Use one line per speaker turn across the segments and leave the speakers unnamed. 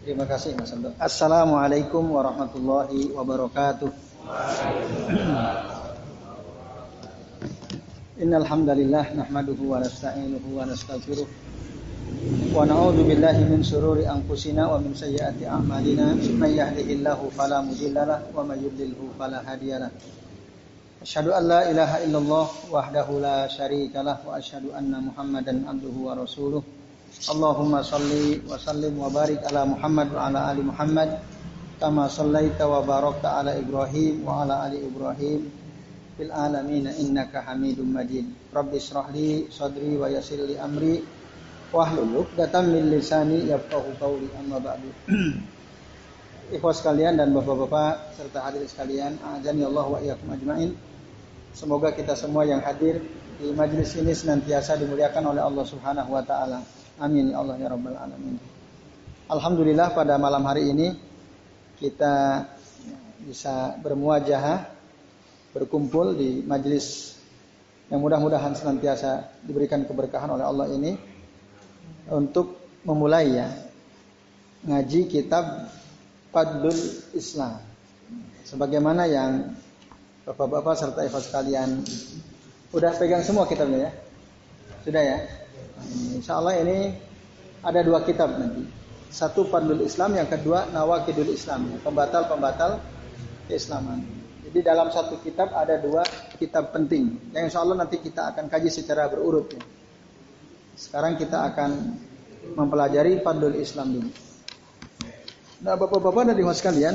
Terima kasih Mas Abdul. Assalamualaikum warahmatullahi wabarakatuh. Innal hamdalillah nahmaduhu wa nasta'inuhu wa nastaghfiruh wa na'udzu billahi min shururi anfusina wa min sayyiati a'malina. May yahdihillahu fala mudhillalah wa may yudlilhu fala hadiyalah. Asyhadu an la ilaha illallah wahdahu la syarikalah wa asyhadu anna Muhammadan abduhu wa rasuluh. Allahumma salli wa sallim wa barik ala Muhammad wa ala ali Muhammad kama sallaita wa barakta ala Ibrahim wa ala ali Ibrahim fil alamin innaka Hamidum Majid. Rabbi shrah li sadri wa yassir li amri wahlul 'uqdatam min lisani yafqahu qawli, amma ba'du. Ikhwas sekalian dan bapak-bapak serta hadirin sekalian, a'azani Allah wa iyyakum ajmain. Semoga kita semua yang hadir di majelis ini senantiasa dimuliakan oleh Allah Subhanahu wa taala. Amin ya Allah ya rabbal alamin. Alhamdulillah pada malam hari ini kita bisa bermuajahah, berkumpul di majelis yang mudah-mudahan senantiasa diberikan keberkahan oleh Allah ini untuk memulai ngaji kitab Fadlul Islam. Sebagaimana yang bapak-bapak serta ikhwan sekalian udah pegang semua kitabnya ya? Sudah ya? Insya Allah ini ada 2 kitab nanti. Satu Fadlul Islam, yang kedua Nawaqidul Islam, pembatal-pembatal keislaman. Jadi dalam satu kitab ada 2 kitab penting yang insya Allah nanti kita akan kaji secara berurut ya. Sekarang kita akan mempelajari Fadlul Islam dulu. Nah bapak-bapak dan ikhwan sekalian,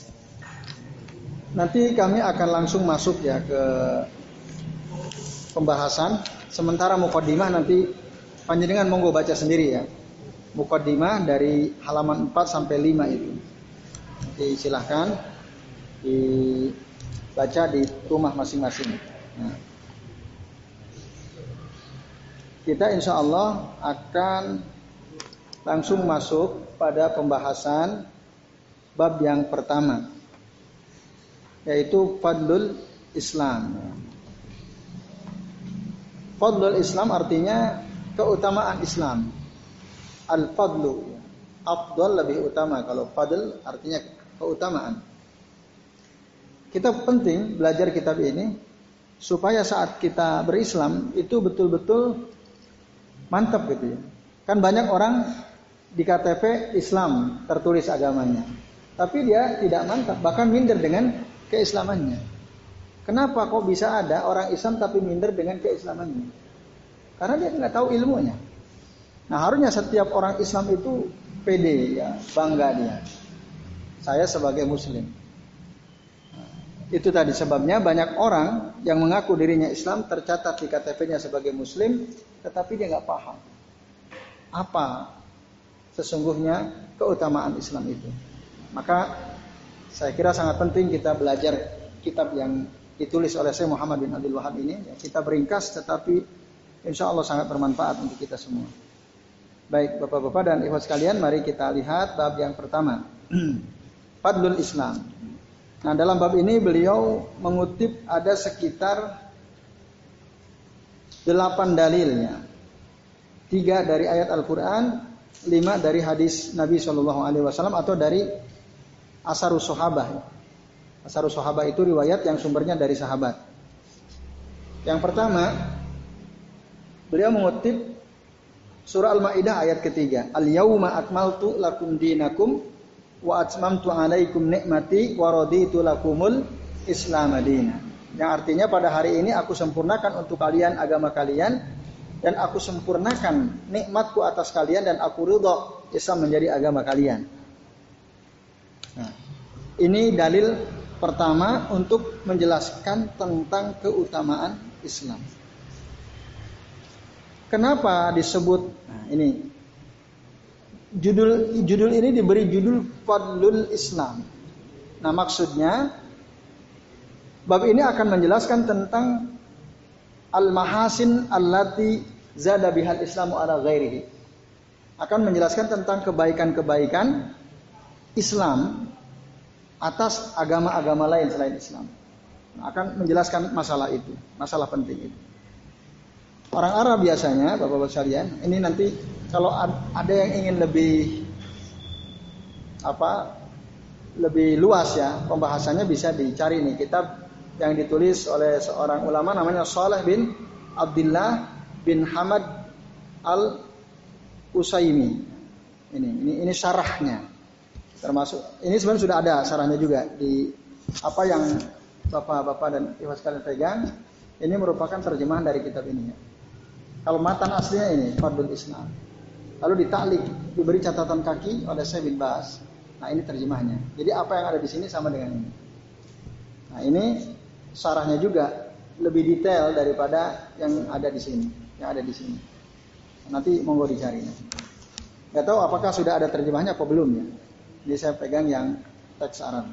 nanti kami akan langsung masuk ya ke pembahasan. Sementara muqaddimah nanti panjenengan monggo baca sendiri ya. Muqaddimah dari halaman 4 sampai 5 itu. Jadi silahkan dibaca di rumah masing-masing. Nah, kita insya Allah akan langsung masuk pada pembahasan bab yang pertama, yaitu Fadlul Islam. Fadlul Islam artinya keutamaan Islam. Al-fadlu, afdal lebih utama. Kalau fadl artinya keutamaan. Kita penting belajar kitab ini supaya saat kita berislam itu betul-betul mantap gitu ya. Kan banyak orang di KTP Islam tertulis agamanya, tapi dia tidak mantap, bahkan minder dengan keislamannya. Kenapa kok bisa ada orang Islam tapi minder dengan keislamannya? Karena dia nggak tahu ilmunya. Nah harusnya setiap orang Islam itu pede ya, bangga dia. Saya sebagai Muslim. Nah, itu tadi sebabnya banyak orang yang mengaku dirinya Islam tercatat di KTP-nya sebagai Muslim, tetapi dia nggak paham apa sesungguhnya keutamaan Islam itu. Maka saya kira sangat penting kita belajar kitab yang ditulis oleh Syekh Muhammad bin Abdul Wahab ini. Ya, kita beringkas tetapi insya Allah sangat bermanfaat untuk kita semua. Baik bapak-bapak dan ikhwan sekalian, mari kita lihat bab yang pertama. Fadlul Islam. Nah dalam bab ini beliau mengutip ada sekitar 8 dalilnya. 3 dari ayat Al-Quran, 5 dari hadis Nabi SAW atau dari Asarus Sahabah. Asarus Sahabah itu riwayat yang sumbernya dari sahabat. Yang pertama, beliau mengutip surah Al-Maidah ayat ketiga. Al-yauma akmaltu lakum dinakum wa atmamtu alaikum ni'mati wa raditu lakumul Islam madina. Yang artinya pada hari ini aku sempurnakan untuk kalian agama kalian dan aku sempurnakan nikmatku atas kalian dan aku ridha Islam menjadi agama kalian. Nah, ini dalil pertama untuk menjelaskan tentang keutamaan Islam. Kenapa disebut? Nah, ini judul ini diberi judul Fadlul Islam. Nah, maksudnya bab ini akan menjelaskan tentang al-mahasin allati zada bihal Islamu ala ghairihi. Akan menjelaskan tentang kebaikan-kebaikan Islam atas agama-agama lain selain Islam. Nah, akan menjelaskan masalah itu, masalah penting itu. Orang Arab biasanya, bapak-bapak sekalian, ini nanti kalau ada yang ingin lebih lebih luas ya pembahasannya, bisa dicari nih kitab yang ditulis oleh seorang ulama namanya Shalih bin Abdullah bin Hamad Al-Usaimi. Ini syarahnya. Termasuk ini sebenarnya sudah ada syarahnya juga di apa yang Bapak-bapak dan Ibu sekalian pegang. Ini merupakan terjemahan dari kitab ini ya. Kalau matan aslinya ini Fardul Islam. Lalu ditaklik, diberi catatan kaki oleh Syekh bin Baz. Nah, ini terjemahnya. Jadi apa yang ada di sini sama dengan ini. Nah, ini syarahnya juga lebih detail daripada yang ada di sini, Nanti monggo dicari. Nggak tahu apakah sudah ada terjemahnya apa belum ya. Jadi saya pegang yang teks Arab.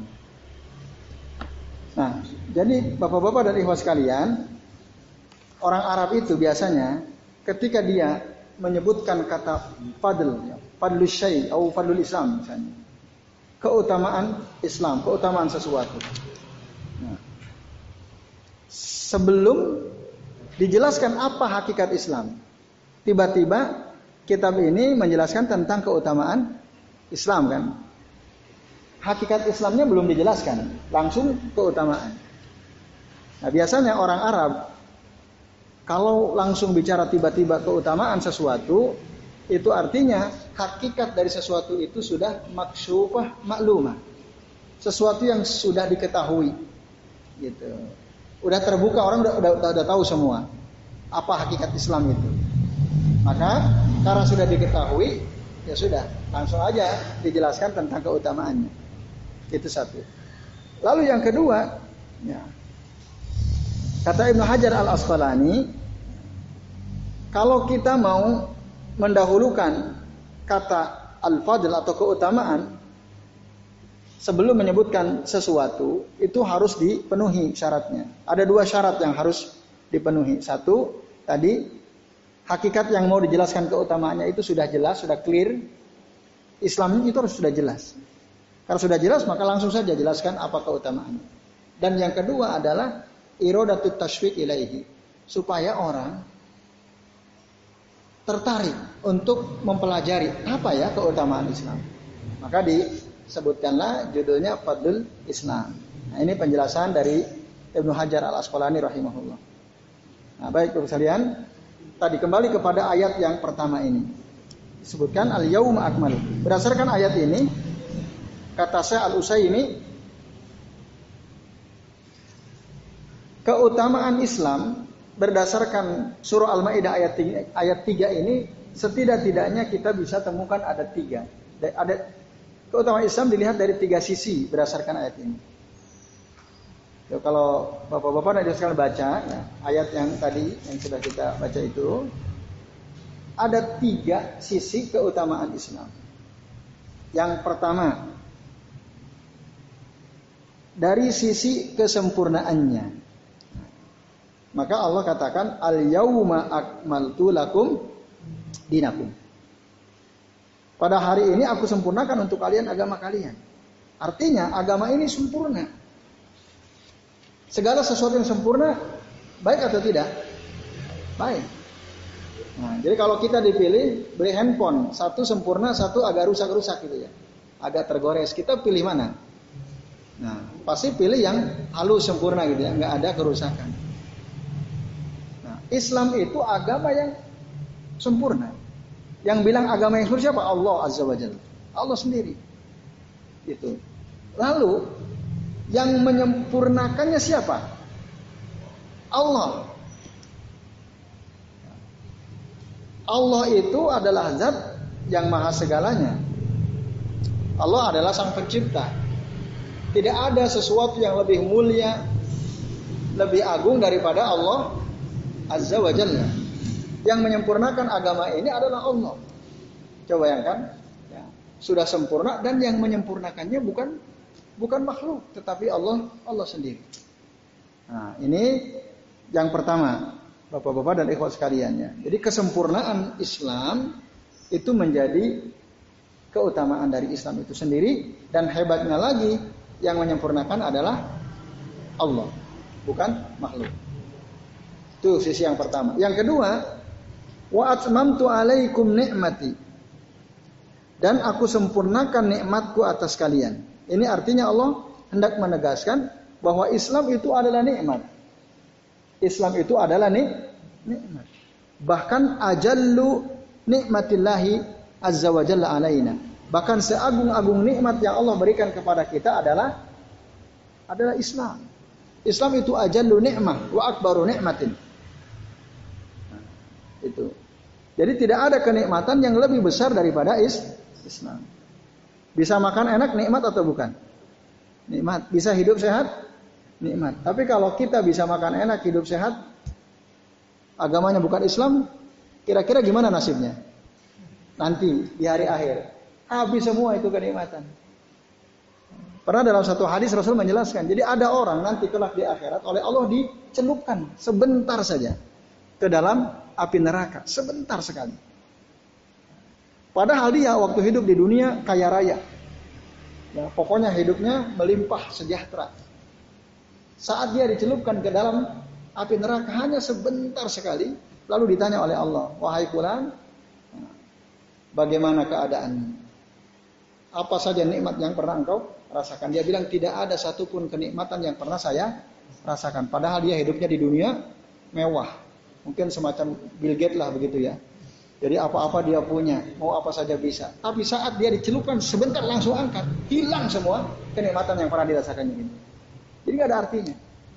Nah, jadi Bapak-bapak dan Ikhwan sekalian, orang Arab itu biasanya ketika dia menyebutkan kata fadlus syai' atau fadlul Islam misalnya, keutamaan Islam, keutamaan sesuatu. Nah, sebelum dijelaskan apa hakikat Islam, tiba-tiba kitab ini menjelaskan tentang keutamaan Islam kan. Hakikat Islamnya belum dijelaskan, langsung keutamaan. Nah, biasanya orang Arab kalau langsung bicara tiba-tiba keutamaan sesuatu, itu artinya hakikat dari sesuatu itu sudah maksyufah maklumah. Sesuatu yang sudah diketahui. Gitu. Udah terbuka, orang udah tahu semua apa hakikat Islam itu. Maka karena sudah diketahui, ya sudah, langsung aja dijelaskan tentang keutamaannya. Itu satu. Lalu yang kedua, ya, kata Ibnu Hajar Al-Asqalani, kalau kita mau mendahulukan kata al-fadl atau keutamaan sebelum menyebutkan sesuatu, itu harus dipenuhi syaratnya. Ada 2 syarat yang harus dipenuhi. Satu, tadi hakikat yang mau dijelaskan keutamaannya itu sudah jelas, sudah clear. Islam itu harus sudah jelas. Kalau sudah jelas maka langsung saja jelaskan apa keutamaannya. Dan yang kedua adalah iradatut tasywiq ilaihi, supaya orang tertarik untuk mempelajari apa ya keutamaan Islam. Maka disebutkanlah judulnya Fadlul Islam. Nah, ini penjelasan dari Ibnu Hajar Al-Asqalani rahimahullah. Nah, baik Bapak sekalian, tadi kembali kepada ayat yang pertama ini. Disebutkan al-yauma akmaltu. Berdasarkan ayat ini, kata Syekh Al-Utsaimin, keutamaan Islam berdasarkan surah Al-Maidah ayat 3 ini, setidak-tidaknya kita bisa temukan ada 3. Ada keutamaan Islam dilihat dari 3 sisi berdasarkan ayat ini. Ya, kalau Bapak-bapak nanti sekalian baca ya, ayat yang tadi yang sudah kita baca itu, ada 3 sisi keutamaan Islam. Yang pertama, dari sisi kesempurnaannya. Maka Allah katakan al-yauma akmaltu lakum dinakum. Pada hari ini aku sempurnakan untuk kalian agama kalian. Artinya agama ini sempurna. Segala sesuatu yang sempurna baik atau tidak? Baik. Nah, jadi kalau kita dipilih beli handphone, satu sempurna, satu agak rusak-rusak gitu ya. Agak tergores, kita pilih mana? Nah, pasti pilih yang halus sempurna gitu ya, nggak ada kerusakan. Nah, Islam itu agama yang sempurna. Yang bilang agama yang sempurna siapa? Allah Azza wa Jalla. Allah sendiri. Gitu. Lalu yang menyempurnakannya siapa? Allah. Allah itu adalah zat yang maha segalanya. Allah adalah sang pencipta. Tidak ada sesuatu yang lebih mulia, lebih agung daripada Allah Azza wa Jalla. Yang menyempurnakan agama ini adalah Allah. Coba bayangkan, ya, sudah sempurna dan yang menyempurnakannya bukan makhluk, tetapi Allah sendiri. Nah, ini yang pertama, Bapak-bapak dan ikhwat sekalian ya. Jadi kesempurnaan Islam itu menjadi keutamaan dari Islam itu sendiri, dan hebatnya lagi yang menyempurnakan adalah Allah, bukan makhluk. Itu sisi yang pertama. Yang kedua, wa atmamtu alaikum ni'mati. dan aku sempurnakan nikmatku atas kalian. Ini artinya Allah hendak menegaskan bahwa Islam itu adalah nikmat. Islam itu adalah nikmat. Bahkan ajallu nikmatillahi azza wa jalla alaina. Bahkan seagung-agung nikmat yang Allah berikan kepada kita adalah Islam. Islam itu ajallu nikmah wa akbaru nikmatin. Itu. Jadi tidak ada kenikmatan yang lebih besar daripada Islam. Bisa makan enak nikmat atau bukan? Nikmat. Bisa hidup sehat? Nikmat. Tapi kalau kita bisa makan enak, hidup sehat, agamanya bukan Islam, kira-kira gimana nasibnya? Nanti di hari akhir. Habis semua itu kenikmatan. Pernah dalam satu hadis Rasul menjelaskan, jadi ada orang nanti kelak di akhirat oleh Allah dicelupkan sebentar saja ke dalam api neraka, sebentar sekali. Padahal dia waktu hidup di dunia kaya raya. Ya, pokoknya hidupnya melimpah sejahtera. Saat dia dicelupkan ke dalam api neraka hanya sebentar sekali, lalu ditanya oleh Allah, "Wahai fulan, bagaimana keadaanmu? Apa saja nikmat yang pernah engkau rasakan?" Dia bilang, "Tidak ada satupun kenikmatan yang pernah saya rasakan." Padahal dia hidupnya di dunia mewah. Mungkin semacam Bill Gates lah begitu ya. Jadi apa-apa dia punya, mau apa saja bisa. Tapi saat dia dicelupkan sebentar langsung angkat, hilang semua kenikmatan yang pernah dirasakannya ini. Jadi nggak ada artinya.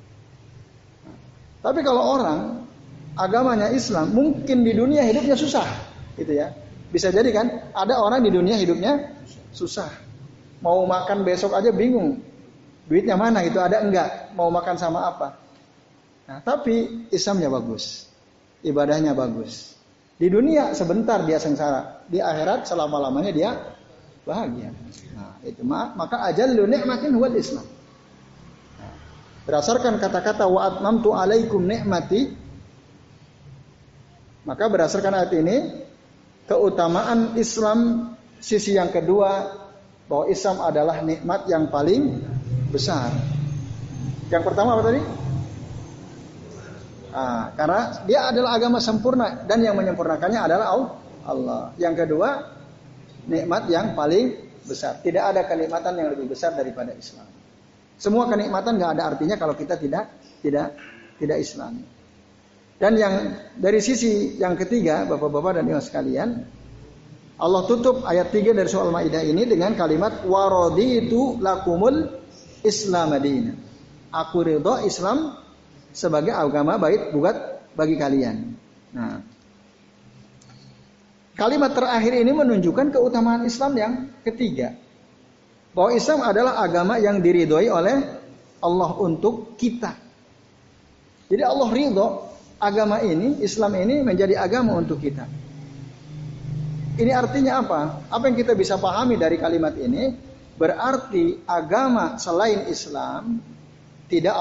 Tapi kalau orang agamanya Islam, mungkin di dunia hidupnya susah, gitu ya. Bisa jadi kan, ada orang di dunia hidupnya susah. Mau makan besok aja bingung. Duitnya mana gitu, ada enggak? Mau makan sama apa? Nah, tapi Islamnya bagus. Ibadahnya bagus. Di dunia sebentar dia sengsara. Di akhirat selama-lamanya dia bahagia. Nah, itu maka ajallu nikmatin huwal Islam. Nah, berdasarkan kata-kata wa atmamtu alaikum nikmati, maka berdasarkan ayat ini keutamaan Islam sisi yang kedua, bahwa Islam adalah nikmat yang paling besar. Yang pertama apa tadi? Karena dia adalah agama sempurna dan yang menyempurnakannya adalah Allah. Yang kedua, nikmat yang paling besar. Tidak ada kenikmatan yang lebih besar daripada Islam. Semua kenikmatan nggak ada artinya kalau kita tidak Islam. Dan yang dari sisi yang ketiga, Bapak-bapak dan Ibu sekalian, Allah tutup ayat 3 dari surah Al-Maidah ini dengan kalimat waraditu lakumul Islam madina. Aku ridho Islam sebagai agama baik buat bagi kalian. Nah, kalimat terakhir ini menunjukkan keutamaan Islam yang ketiga. Bahwa Islam adalah agama yang diridhoi oleh Allah untuk kita. Jadi Allah ridho agama ini, Islam ini menjadi agama untuk kita. Ini artinya apa? Apa yang kita bisa pahami dari kalimat ini? Berarti agama selain Islam tidak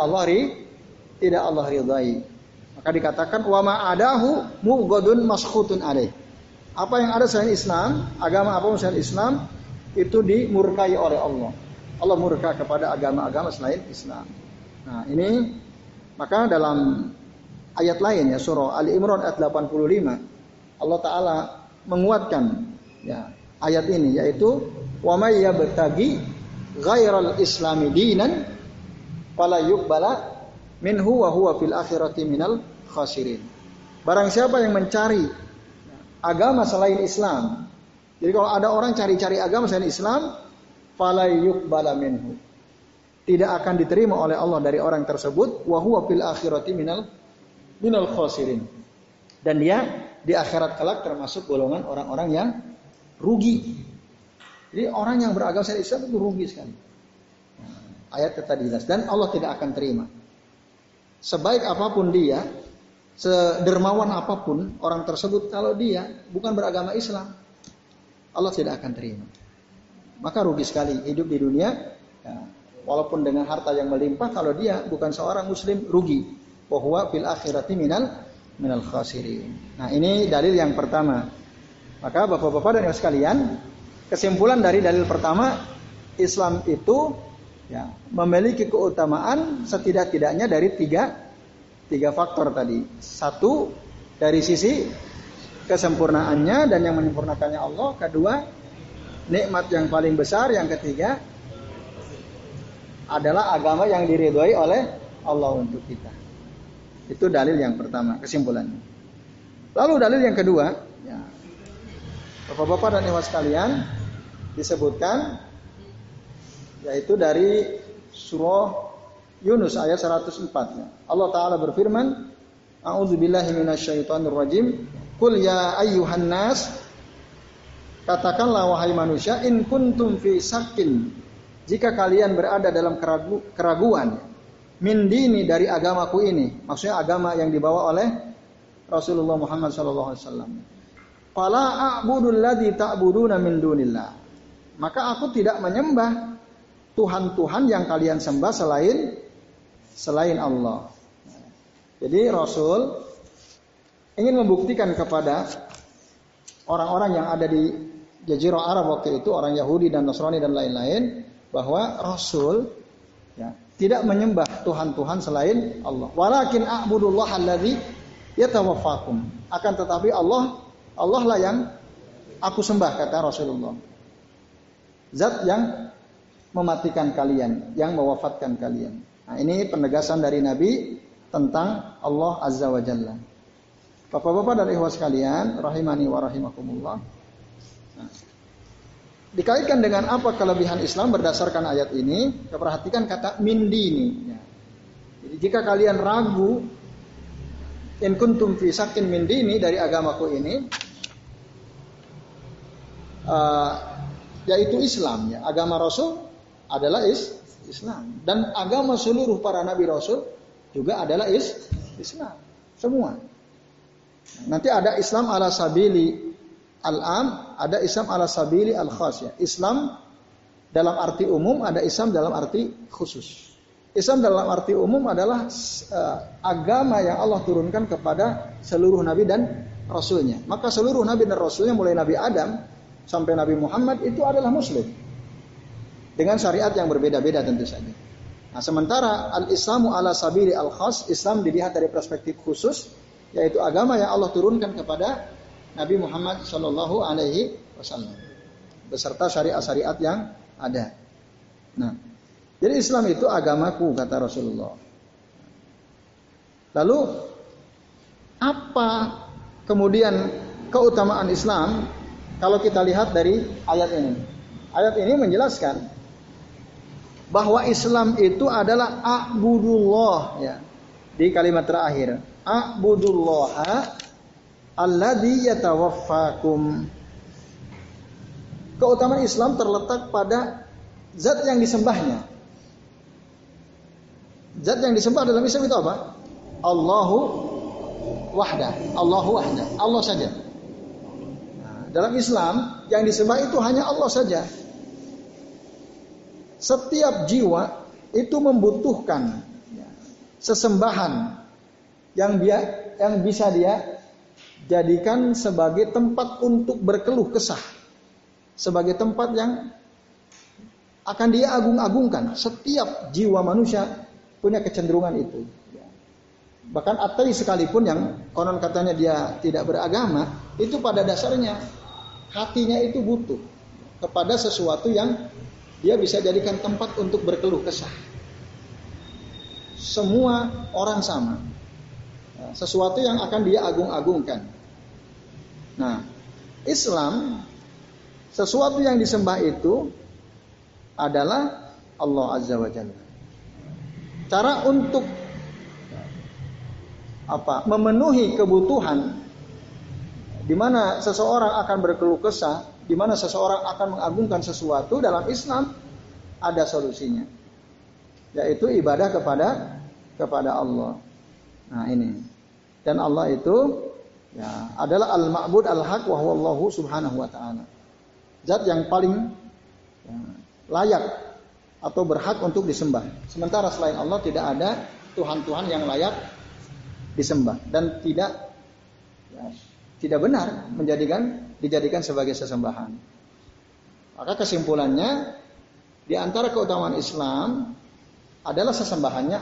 Allah ridhai. Maka dikatakan wa ma'adahu mubghadun maskhutun alaih. Apa yang ada selain Islam, agama apa selain Islam itu dimurkai oleh Allah. Allah murka kepada agama-agama selain Islam. Nah, ini maka dalam ayat lain ya surah Ali Imran ayat 85 Allah Taala menguatkan ya ayat ini, yaitu wa may yabtaghi ghairal islami dinan fala yuqbala minhu wa huwa fil akhirati minal khasirin. Barang siapa yang mencari agama selain Islam. Jadi kalau ada orang cari-cari agama selain Islam, fala yuqbala minhu. Tidak akan diterima oleh Allah dari orang tersebut, wa huwa fil akhirati minal khasirin. Dan dia di akhirat kelak termasuk golongan orang-orang yang rugi. Jadi orang yang beragama selain Islam itu rugi sekali. Ayat tadi jelas, dan Allah tidak akan terima. Sebaik apapun dia, sedermawan apapun orang tersebut, kalau dia bukan beragama Islam, Allah tidak akan terima. Maka rugi sekali hidup di dunia, ya, walaupun dengan harta yang melimpah, kalau dia bukan seorang Muslim, rugi. Wa huwa fil akhirati minal khasirin. Nah, ini dalil yang pertama. Maka Bapak-bapak dan Ibu sekalian, kesimpulan dari dalil pertama, Islam itu ya, memiliki keutamaan setidak-tidaknya dari tiga faktor tadi. Satu, dari sisi kesempurnaannya dan yang menyempurnakannya Allah. Kedua, nikmat yang paling besar. Yang ketiga adalah agama yang diridhoi oleh Allah untuk kita. Itu dalil yang pertama, kesimpulannya. Lalu dalil yang kedua, ya, Bapak-bapak dan ibu sekalian, disebutkan yaitu dari surah Yunus ayat 104. Allah Ta'ala berfirman, A'udzubillahi minasyaitonirrajim. Qul ya ayyuhan nas, katakanlah wahai manusia, in kuntum fi syakkin, jika kalian berada dalam keraguan, min dini, dari agamaku ini, maksudnya agama yang dibawa oleh Rasulullah Muhammad SAW. Fala a'budul ladzi ta'buduna min dunillah, maka aku tidak menyembah Tuhan-Tuhan yang kalian sembah selain Allah. Jadi Rasul ingin membuktikan kepada orang-orang yang ada di Jazirah Arab waktu itu, orang Yahudi dan Nasrani dan lain-lain, bahwa Rasul ya, tidak menyembah Tuhan-Tuhan selain Allah. Walakin a'budullah alladzi yatawaffakum. Akan tetapi Allah lah yang aku sembah, kata Rasulullah. Zat yang mematikan kalian, yang mewafatkan kalian. Nah, ini penegasan dari Nabi tentang Allah Azza wa Jalla. Bapak-bapak dan ikhwas sekalian, rahimani wa rahimakumullah. Nah, dikaitkan dengan apa kelebihan Islam berdasarkan ayat ini? Kita perhatikan kata min dini. Ya. Jadi jika kalian ragu, in kuntum fi syakkin min dini, dari agamaku ini, yaitu Islam. Ya. Agama Rasul adalah Islam, dan agama seluruh para nabi Rasul juga adalah Islam. Semua. Nanti ada Islam ala sabili al-am, ada Islam ala sabili al-khas. Ya. Islam dalam arti umum, ada Islam dalam arti khusus. Islam dalam arti umum adalah agama yang Allah turunkan kepada seluruh nabi dan rasulnya. Maka seluruh nabi dan rasulnya, mulai Nabi Adam sampai Nabi Muhammad, itu adalah muslim. Dengan syariat yang berbeda-beda tentu saja. Nah, sementara al-Islamu ala sabili al-khas, Islam dilihat dari perspektif khusus, yaitu agama yang Allah turunkan kepada Nabi Muhammad sallallahu alaihi wasallam beserta syariat-syariat yang ada. Nah, jadi Islam itu agamaku, kata Rasulullah. Lalu apa kemudian keutamaan Islam kalau kita lihat dari ayat ini? Ayat ini menjelaskan bahwa Islam itu adalah a'budullah, ya. Di kalimat terakhir, a'budullaha alladzi yatawaffakum. Keutamaan Islam terletak pada zat yang disembahnya. Zat yang disembah dalam Islam itu apa? Allahu wahda, Allah saja. Nah, dalam Islam yang disembah itu hanya Allah saja. Setiap jiwa itu membutuhkan sesembahan yang bisa dia jadikan sebagai tempat untuk berkeluh kesah, sebagai tempat yang akan dia agung-agungkan. Setiap jiwa manusia punya kecenderungan itu. Bahkan ateis sekalipun yang konon katanya dia tidak beragama, itu pada dasarnya hatinya itu butuh kepada sesuatu yang dia bisa jadikan tempat untuk berkeluh kesah. Semua orang sama. Sesuatu yang akan dia agung-agungkan. Nah, Islam, sesuatu yang disembah itu adalah Allah Azza wa Jalla. Cara untuk memenuhi kebutuhan di mana seseorang akan berkeluh kesah, di mana seseorang akan mengagungkan sesuatu, dalam Islam ada solusinya, yaitu ibadah kepada Allah. Nah, ini. Dan Allah itu ya adalah al-ma'bud al-haq wa huwa Allah subhanahu wa ta'ala. Zat yang paling layak atau berhak untuk disembah. Sementara selain Allah tidak ada Tuhan-Tuhan yang layak disembah dan tidak benar dijadikan sebagai sesembahan. Maka kesimpulannya, di antara keutamaan Islam adalah sesembahannya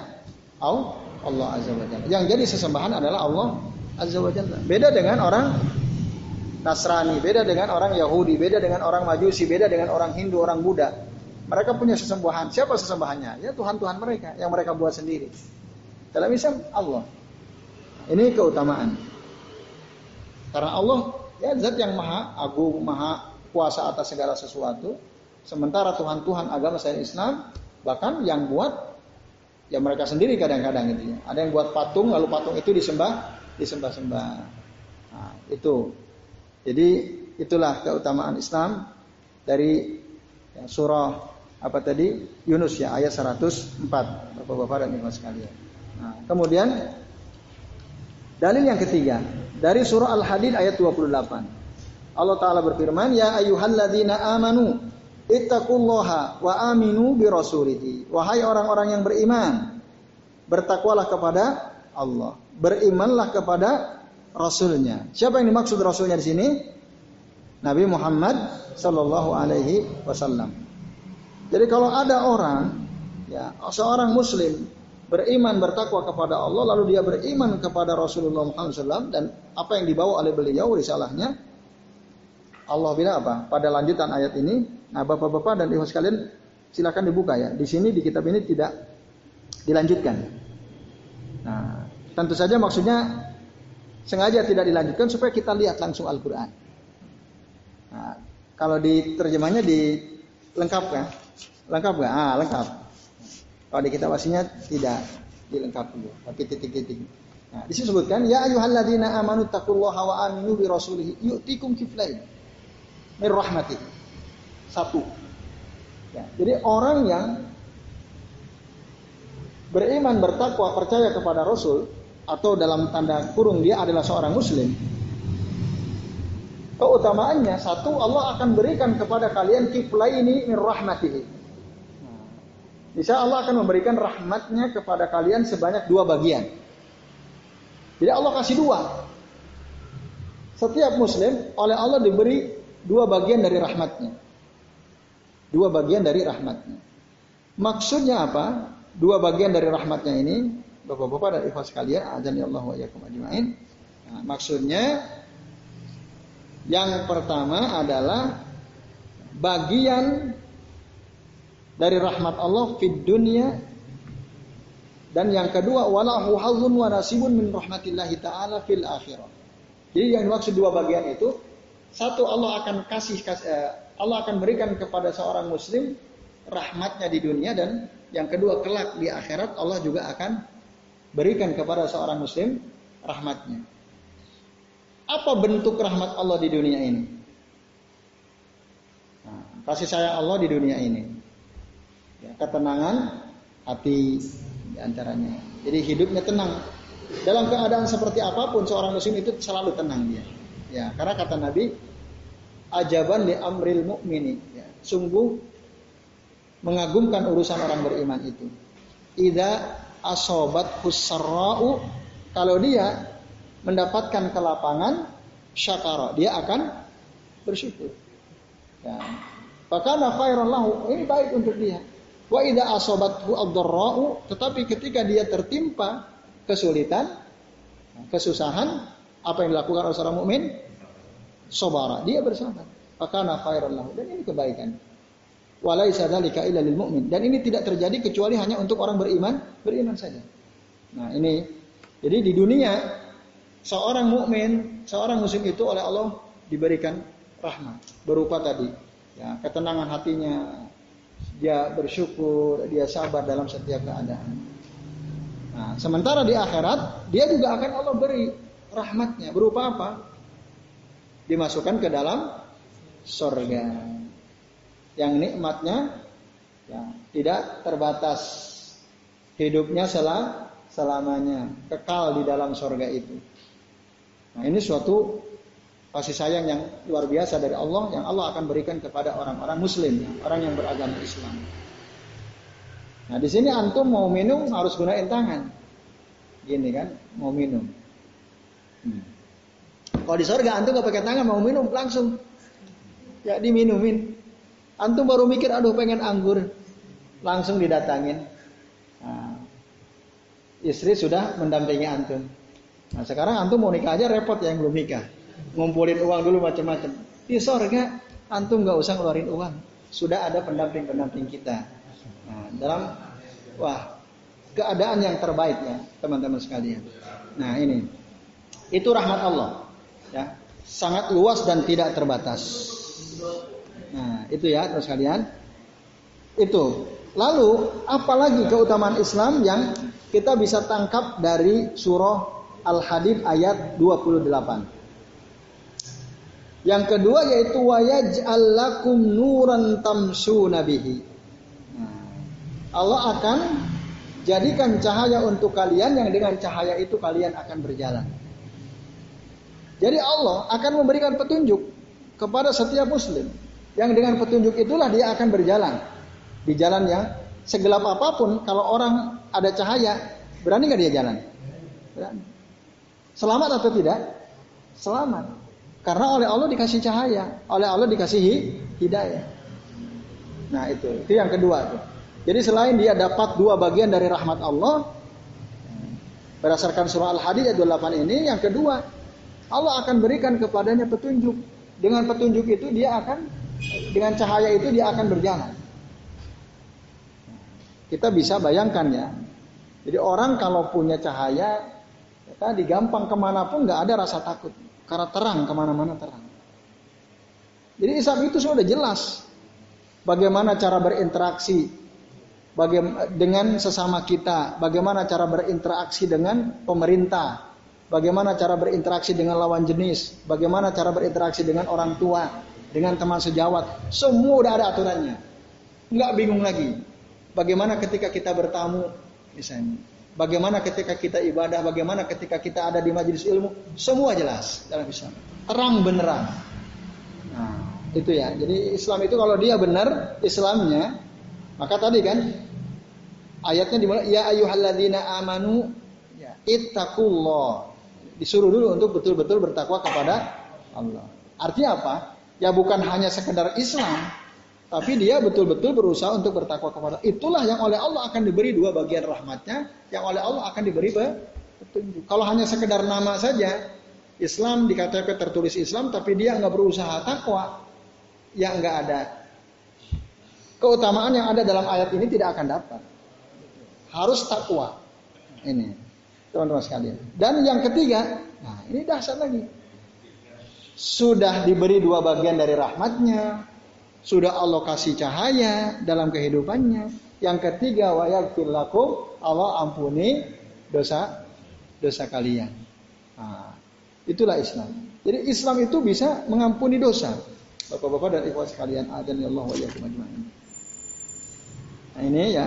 Allah Azza wa Jalla. Yang jadi sesembahan adalah Allah Azza wa Jalla. Beda dengan orang Nasrani, beda dengan orang Yahudi, beda dengan orang Majusi, beda dengan orang Hindu, orang Buddha. Mereka punya sesembahan. Siapa sesembahannya? Ya Tuhan-Tuhan mereka yang mereka buat sendiri. Dalam Islam Allah. Ini keutamaan. Karena Allah ya zat yang maha agung, maha kuasa atas segala sesuatu. Sementara Tuhan-Tuhan agama selain Islam, bahkan yang buat ya mereka sendiri kadang-kadang gitu ya. Ada yang buat patung, lalu patung itu disembah-sembah. Nah, itu. Jadi itulah keutamaan Islam dari ya, surah apa tadi? Yunus ya, ayat 104. Bapak-bapak dan ibu sekalian. Nah, kemudian dalil yang ketiga dari surah Al-Hadid ayat 28. Allah Ta'ala berfirman, Ya ayyuhalladzina amanu ittaqullaha wa aminu birasulihi. Wahai orang-orang yang beriman, bertakwalah kepada Allah, berimanlah kepada Rasulnya. Siapa yang dimaksud Rasulnya di sini? Nabi Muhammad Sallallahu Alaihi Wasallam. Jadi kalau ada orang, ya seorang Muslim beriman bertakwa kepada Allah, lalu dia beriman kepada Rasulullah Muhammad SAW dan apa yang dibawa oleh beliau risalahnya, Allah bilang apa? Pada lanjutan ayat ini, nah bapak-bapak dan ibu sekalian silakan dibuka ya. Di sini di kitab ini tidak dilanjutkan. Nah, tentu saja maksudnya sengaja tidak dilanjutkan supaya kita lihat langsung Al-Quran. Nah, kalau di terjemahnya dilengkapkan, lengkap nggak? Lengkap. Kalau di kitab aslinya tidak dilengkapi, tapi titik-titik. Nah, disebutkan ya ayyuhalladzina amanu taqullaha wa aminu bi rasulihi yu'tikum kiflain min rahmatihi. Satu. Ya, jadi orang yang beriman, bertakwa, percaya kepada Rasul atau dalam tanda kurung dia adalah seorang Muslim. Keutamaannya satu, Allah akan berikan kepada kalian kiflaini min rahmatihi. Insya Allah akan memberikan rahmatnya kepada kalian sebanyak 2 bagian. Jadi Allah kasih 2. Setiap Muslim oleh Allah diberi 2 bagian dari rahmatnya. 2 bagian dari rahmatnya. Maksudnya apa? 2 bagian dari rahmatnya ini, bapak-bapak dan ikhwan sekalian, azani Allah wa iyyakum ajmain. Nah, maksudnya yang pertama adalah bagian dari rahmat Allah fid dunya, dan yang kedua walahu hazzun wa nasibun min rahmatillahi taala fil akhirah. Jadi yang dimaksud 2 bagian itu, satu Allah akan Allah akan berikan kepada seorang muslim rahmatnya di dunia, dan yang kedua kelak di akhirat Allah juga akan berikan kepada seorang muslim rahmatnya. Apa bentuk rahmat Allah di dunia ini? Nah, kasih sayang Allah di dunia ini. Ya, ketenangan hati diantaranya. Jadi hidupnya tenang. Dalam keadaan seperti apapun seorang muslim itu selalu tenang dia. Ya, karena kata Nabi, ajaban li amril mu'mini. Ya, sungguh mengagumkan urusan orang beriman itu. Idza asobat husarra'u, kalau dia mendapatkan kelapangan, syakara, dia akan bersyukur. Ya. Fakana khairan lahu, ini baik untuk dia. Wa idza asabathu ad-dharra'u, tetapi ketika dia tertimpa kesulitan, kesusahan, apa yang dilakukan oleh seorang mukmin? Sabara, dia bersabar. Fakana khairan lahu, dan ini kebaikan. Wa laisa dzalika illa lil mu'min, dan ini tidak terjadi kecuali hanya untuk orang beriman saja. Nah, ini jadi di dunia seorang mukmin, seorang muslim itu oleh Allah diberikan rahmat berupa tadi ya, ketenangan hatinya, dia bersyukur, dia sabar dalam setiap keadaan. Nah, sementara di akhirat dia juga akan Allah beri rahmatnya berupa apa? Dimasukkan ke dalam surga yang nikmatnya ya, tidak terbatas, hidupnya selamanya, kekal di dalam surga itu. Nah, ini suatu kasih sayang yang luar biasa dari Allah yang Allah akan berikan kepada orang-orang muslim, orang yang beragama Islam. Nah, di sini antum mau minum harus gunain tangan. Gini kan, mau minum. Kalau di surga antum gak pakai tangan mau minum langsung ya diminumin. Antum baru mikir aduh pengen anggur, langsung didatangin. Nah, istri sudah mendampingi antum. Nah, sekarang antum mau nikah aja repot ya yang belum nikah. ngumpulin uang dulu macam-macam. Di sorga antum nggak usah ngeluarin uang, sudah ada pendamping kita. Nah, dalam keadaan yang terbaik ya teman-teman sekalian. Nah ini itu rahmat Allah ya, sangat luas dan tidak terbatas. Nah itu ya teman sekalian. Itu lalu apalagi keutamaan Islam yang kita bisa tangkap dari surah Al-Hadid ayat 28. Yang kedua yaitu wa yaj'al lakum nuran tamshuna bihi. Allah akan jadikan cahaya untuk kalian yang dengan cahaya itu kalian akan berjalan. Jadi Allah akan memberikan petunjuk kepada setiap muslim. Yang dengan petunjuk itulah dia akan berjalan. Di jalan yang segelap apapun, kalau orang ada cahaya, berani nggak dia jalan? Berani. Selamat atau tidak? Selamat. Karena oleh Allah dikasih cahaya, oleh Allah dikasih hidayah. Nah itu yang kedua tuh. Jadi selain dia dapat dua bagian dari rahmat Allah, berdasarkan surah Al-Hadid ayat 28 ini, yang kedua Allah akan berikan kepadanya petunjuk. Dengan petunjuk itu dia akan, dengan cahaya itu dia akan berjalan. Kita bisa bayangkan ya. Jadi orang kalau punya cahaya, tadi gampang kemanapun nggak ada rasa takut. Karena terang, kemana-mana terang. Jadi Islam itu sudah jelas. Bagaimana cara berinteraksi dengan sesama kita. Bagaimana cara berinteraksi dengan pemerintah. Bagaimana cara berinteraksi dengan lawan jenis. Bagaimana cara berinteraksi dengan orang tua. Dengan teman sejawat. Semua udah ada aturannya. Nggak bingung lagi. Bagaimana ketika kita bertamu. Misalnya. Bagaimana ketika kita ibadah, bagaimana ketika kita ada di majelis ilmu, semua jelas dalam Islam. Terang benerang. Nah, itu ya. Jadi Islam itu kalau dia benar Islamnya, maka tadi kan ayatnya dimulai ya ayyuhalladzina amanu ittaqullah. Disuruh dulu untuk betul-betul bertakwa kepada Allah. Artinya apa? Ya bukan hanya sekedar Islam, tapi dia betul-betul berusaha untuk bertakwa kepada Allah. Itulah yang oleh Allah akan diberi dua bagian rahmatnya, yang oleh Allah akan diberi petunjuk. Kalau hanya sekedar nama saja, Islam di KTP tertulis Islam, tapi dia nggak berusaha takwa, ya nggak ada. Keutamaan yang ada dalam ayat ini tidak akan dapat. Harus takwa. Ini, teman-teman sekalian. Dan yang ketiga, nah ini dahsyat lagi. Sudah diberi dua bagian dari rahmatnya. Sudah Allah kasih cahaya dalam kehidupannya. Yang ketiga wa yaghfir lakum, Allah ampuni dosa kalian. Nah, itulah Islam. Jadi Islam itu bisa mengampuni dosa. Bapak-bapak dan ikhwan sekalian, adzani Allah wa iyyakum ajmain. Nah ini ya.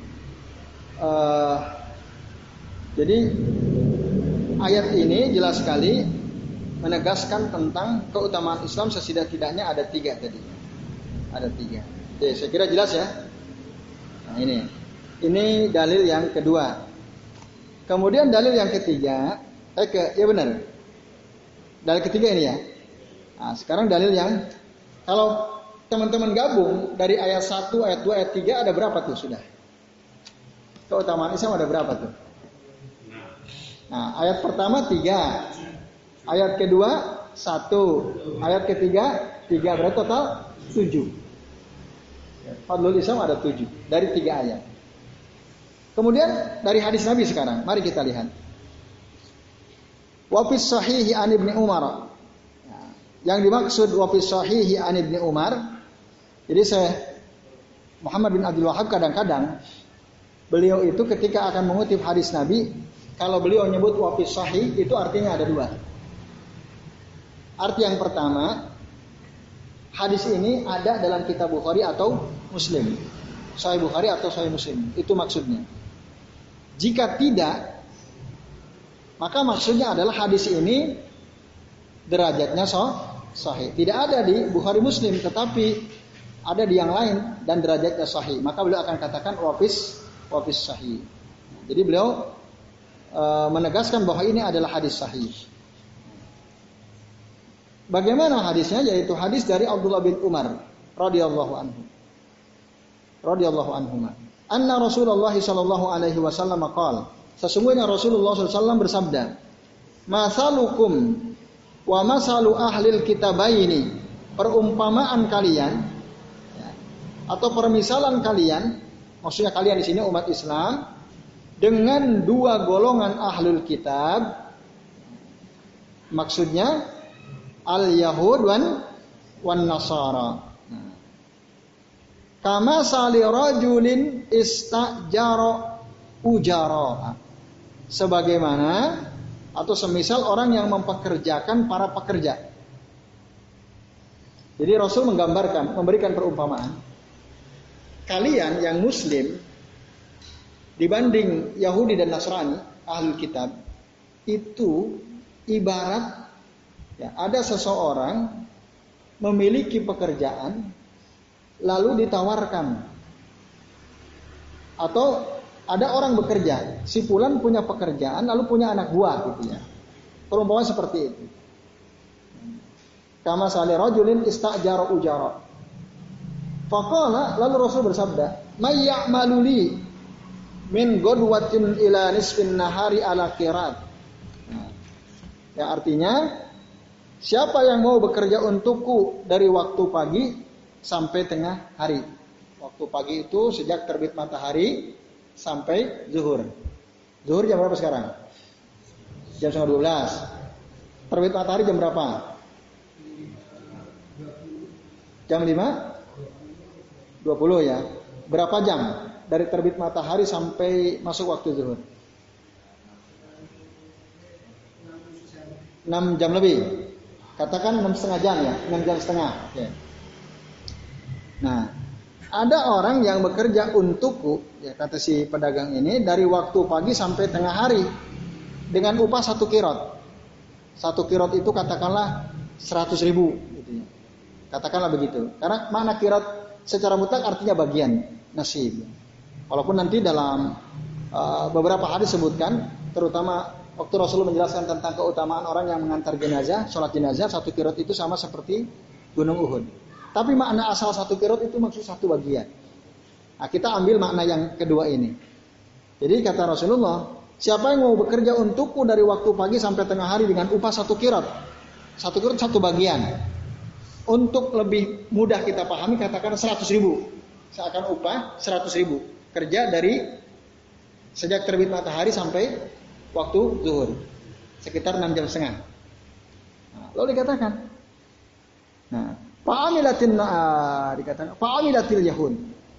Jadi ayat ini jelas sekali menegaskan tentang keutamaan Islam. Setidak-tidaknya ada 3 tadi. Ada 3. Oke, saya kira jelas ya. Nah ini dalil yang kedua. Kemudian dalil yang ketiga, ya benar. Dalil ketiga ini ya. Nah, sekarang dalil yang kalau teman-teman gabung dari ayat 1, ayat 2, ayat 3 ada berapa tuh sudah? Keutamaan Islam ada berapa tuh? Nah, ayat pertama 3. Ayat kedua 1. Ayat ketiga 3. Berarti total 7. Fadlul Islam ada 7 dari 3 ayat. Kemudian dari hadis Nabi sekarang, mari kita lihat. Wa fis sahihi an Ibnu Umar. Yang dimaksud wa fis sahihi an Ibnu Umar. Jadi saya Muhammad bin Abdul Wahhab kadang-kadang beliau itu ketika akan mengutip hadis Nabi, kalau beliau menyebut wa fis sahih itu artinya ada 2. Arti yang pertama, hadis ini ada dalam kitab Bukhari atau Muslim. Sahih Bukhari atau Sahih Muslim. Itu maksudnya. Jika tidak, maka maksudnya adalah hadis ini derajatnya sahih. Tidak ada di Bukhari Muslim, tetapi ada di yang lain dan derajatnya sahih. Maka beliau akan katakan wafis sahih. Jadi beliau menegaskan bahwa ini adalah hadis sahih. Bagaimana hadisnya? Yaitu hadis dari Abdullah bin Umar radhiyallahu anhuma. Anna Rasulullah sallallahu alaihi wasallam qala, sesungguhnya Rasulullah sallallahu alaihi wasallam bersabda, "Mathalukum Wa masalu ahlil kitabaini, perumpamaan kalian atau permisalan kalian, maksudnya kalian di sini umat Islam dengan dua golongan ahlul kitab, maksudnya al-Yahud wan Nasara. Kama sali rajulin istajara ujara. Sebagaimana atau semisal orang yang mempekerjakan para pekerja. Jadi Rasul menggambarkan, memberikan perumpamaan. Kalian yang muslim dibanding Yahudi dan Nasrani, ahlul kitab, itu ibarat ada seseorang memiliki pekerjaan lalu ditawarkan, atau ada orang bekerja, si fulan punya pekerjaan lalu punya anak buah gitu ya. Perumpamaan seperti itu. Kama sali rajulin istajara ujara. Faqala, lalu Rasul bersabda, "May ya'malu li min godwatin ila nisfin nahari ala qirat." Ya artinya, siapa yang mau bekerja untukku dari waktu pagi sampai tengah hari. Waktu pagi itu sejak terbit matahari sampai zuhur. Zuhur jam berapa sekarang? Jam 11:30. Terbit matahari jam berapa? Jam 5:20 ya. Berapa jam dari terbit matahari sampai masuk waktu zuhur? 6 jam lebih. Katakan 6,5 jam ya, 6 jam setengah. Oke. Nah, ada orang yang bekerja untukku, ya kata si pedagang ini, dari waktu pagi sampai tengah hari dengan upah 1 kirot. 1 kirot itu katakanlah 100.000 gitu ya. Katakanlah begitu. Karena makna kirot secara mutlak artinya bagian, nasib. Walaupun nanti dalam beberapa hadis sebutkan, terutama waktu Rasulullah menjelaskan tentang keutamaan orang yang mengantar jenazah, sholat jenazah, 1 kirot itu sama seperti gunung Uhud. Tapi makna asal 1 kirot itu maksud 1 bagian. Nah, kita ambil makna yang kedua ini. Jadi kata Rasulullah, siapa yang mau bekerja untukku dari waktu pagi sampai tengah hari dengan upah 1 kirot. 1 kirot 1 bagian. Untuk lebih mudah kita pahami, katakan 100.000. Seakan upah 100.000. Kerja dari sejak terbit matahari sampai waktu zuhur. Sekitar 6 jam setengah. Nah, lalu dikatakan. Nah, dikatakan fa'amilatil Yahud.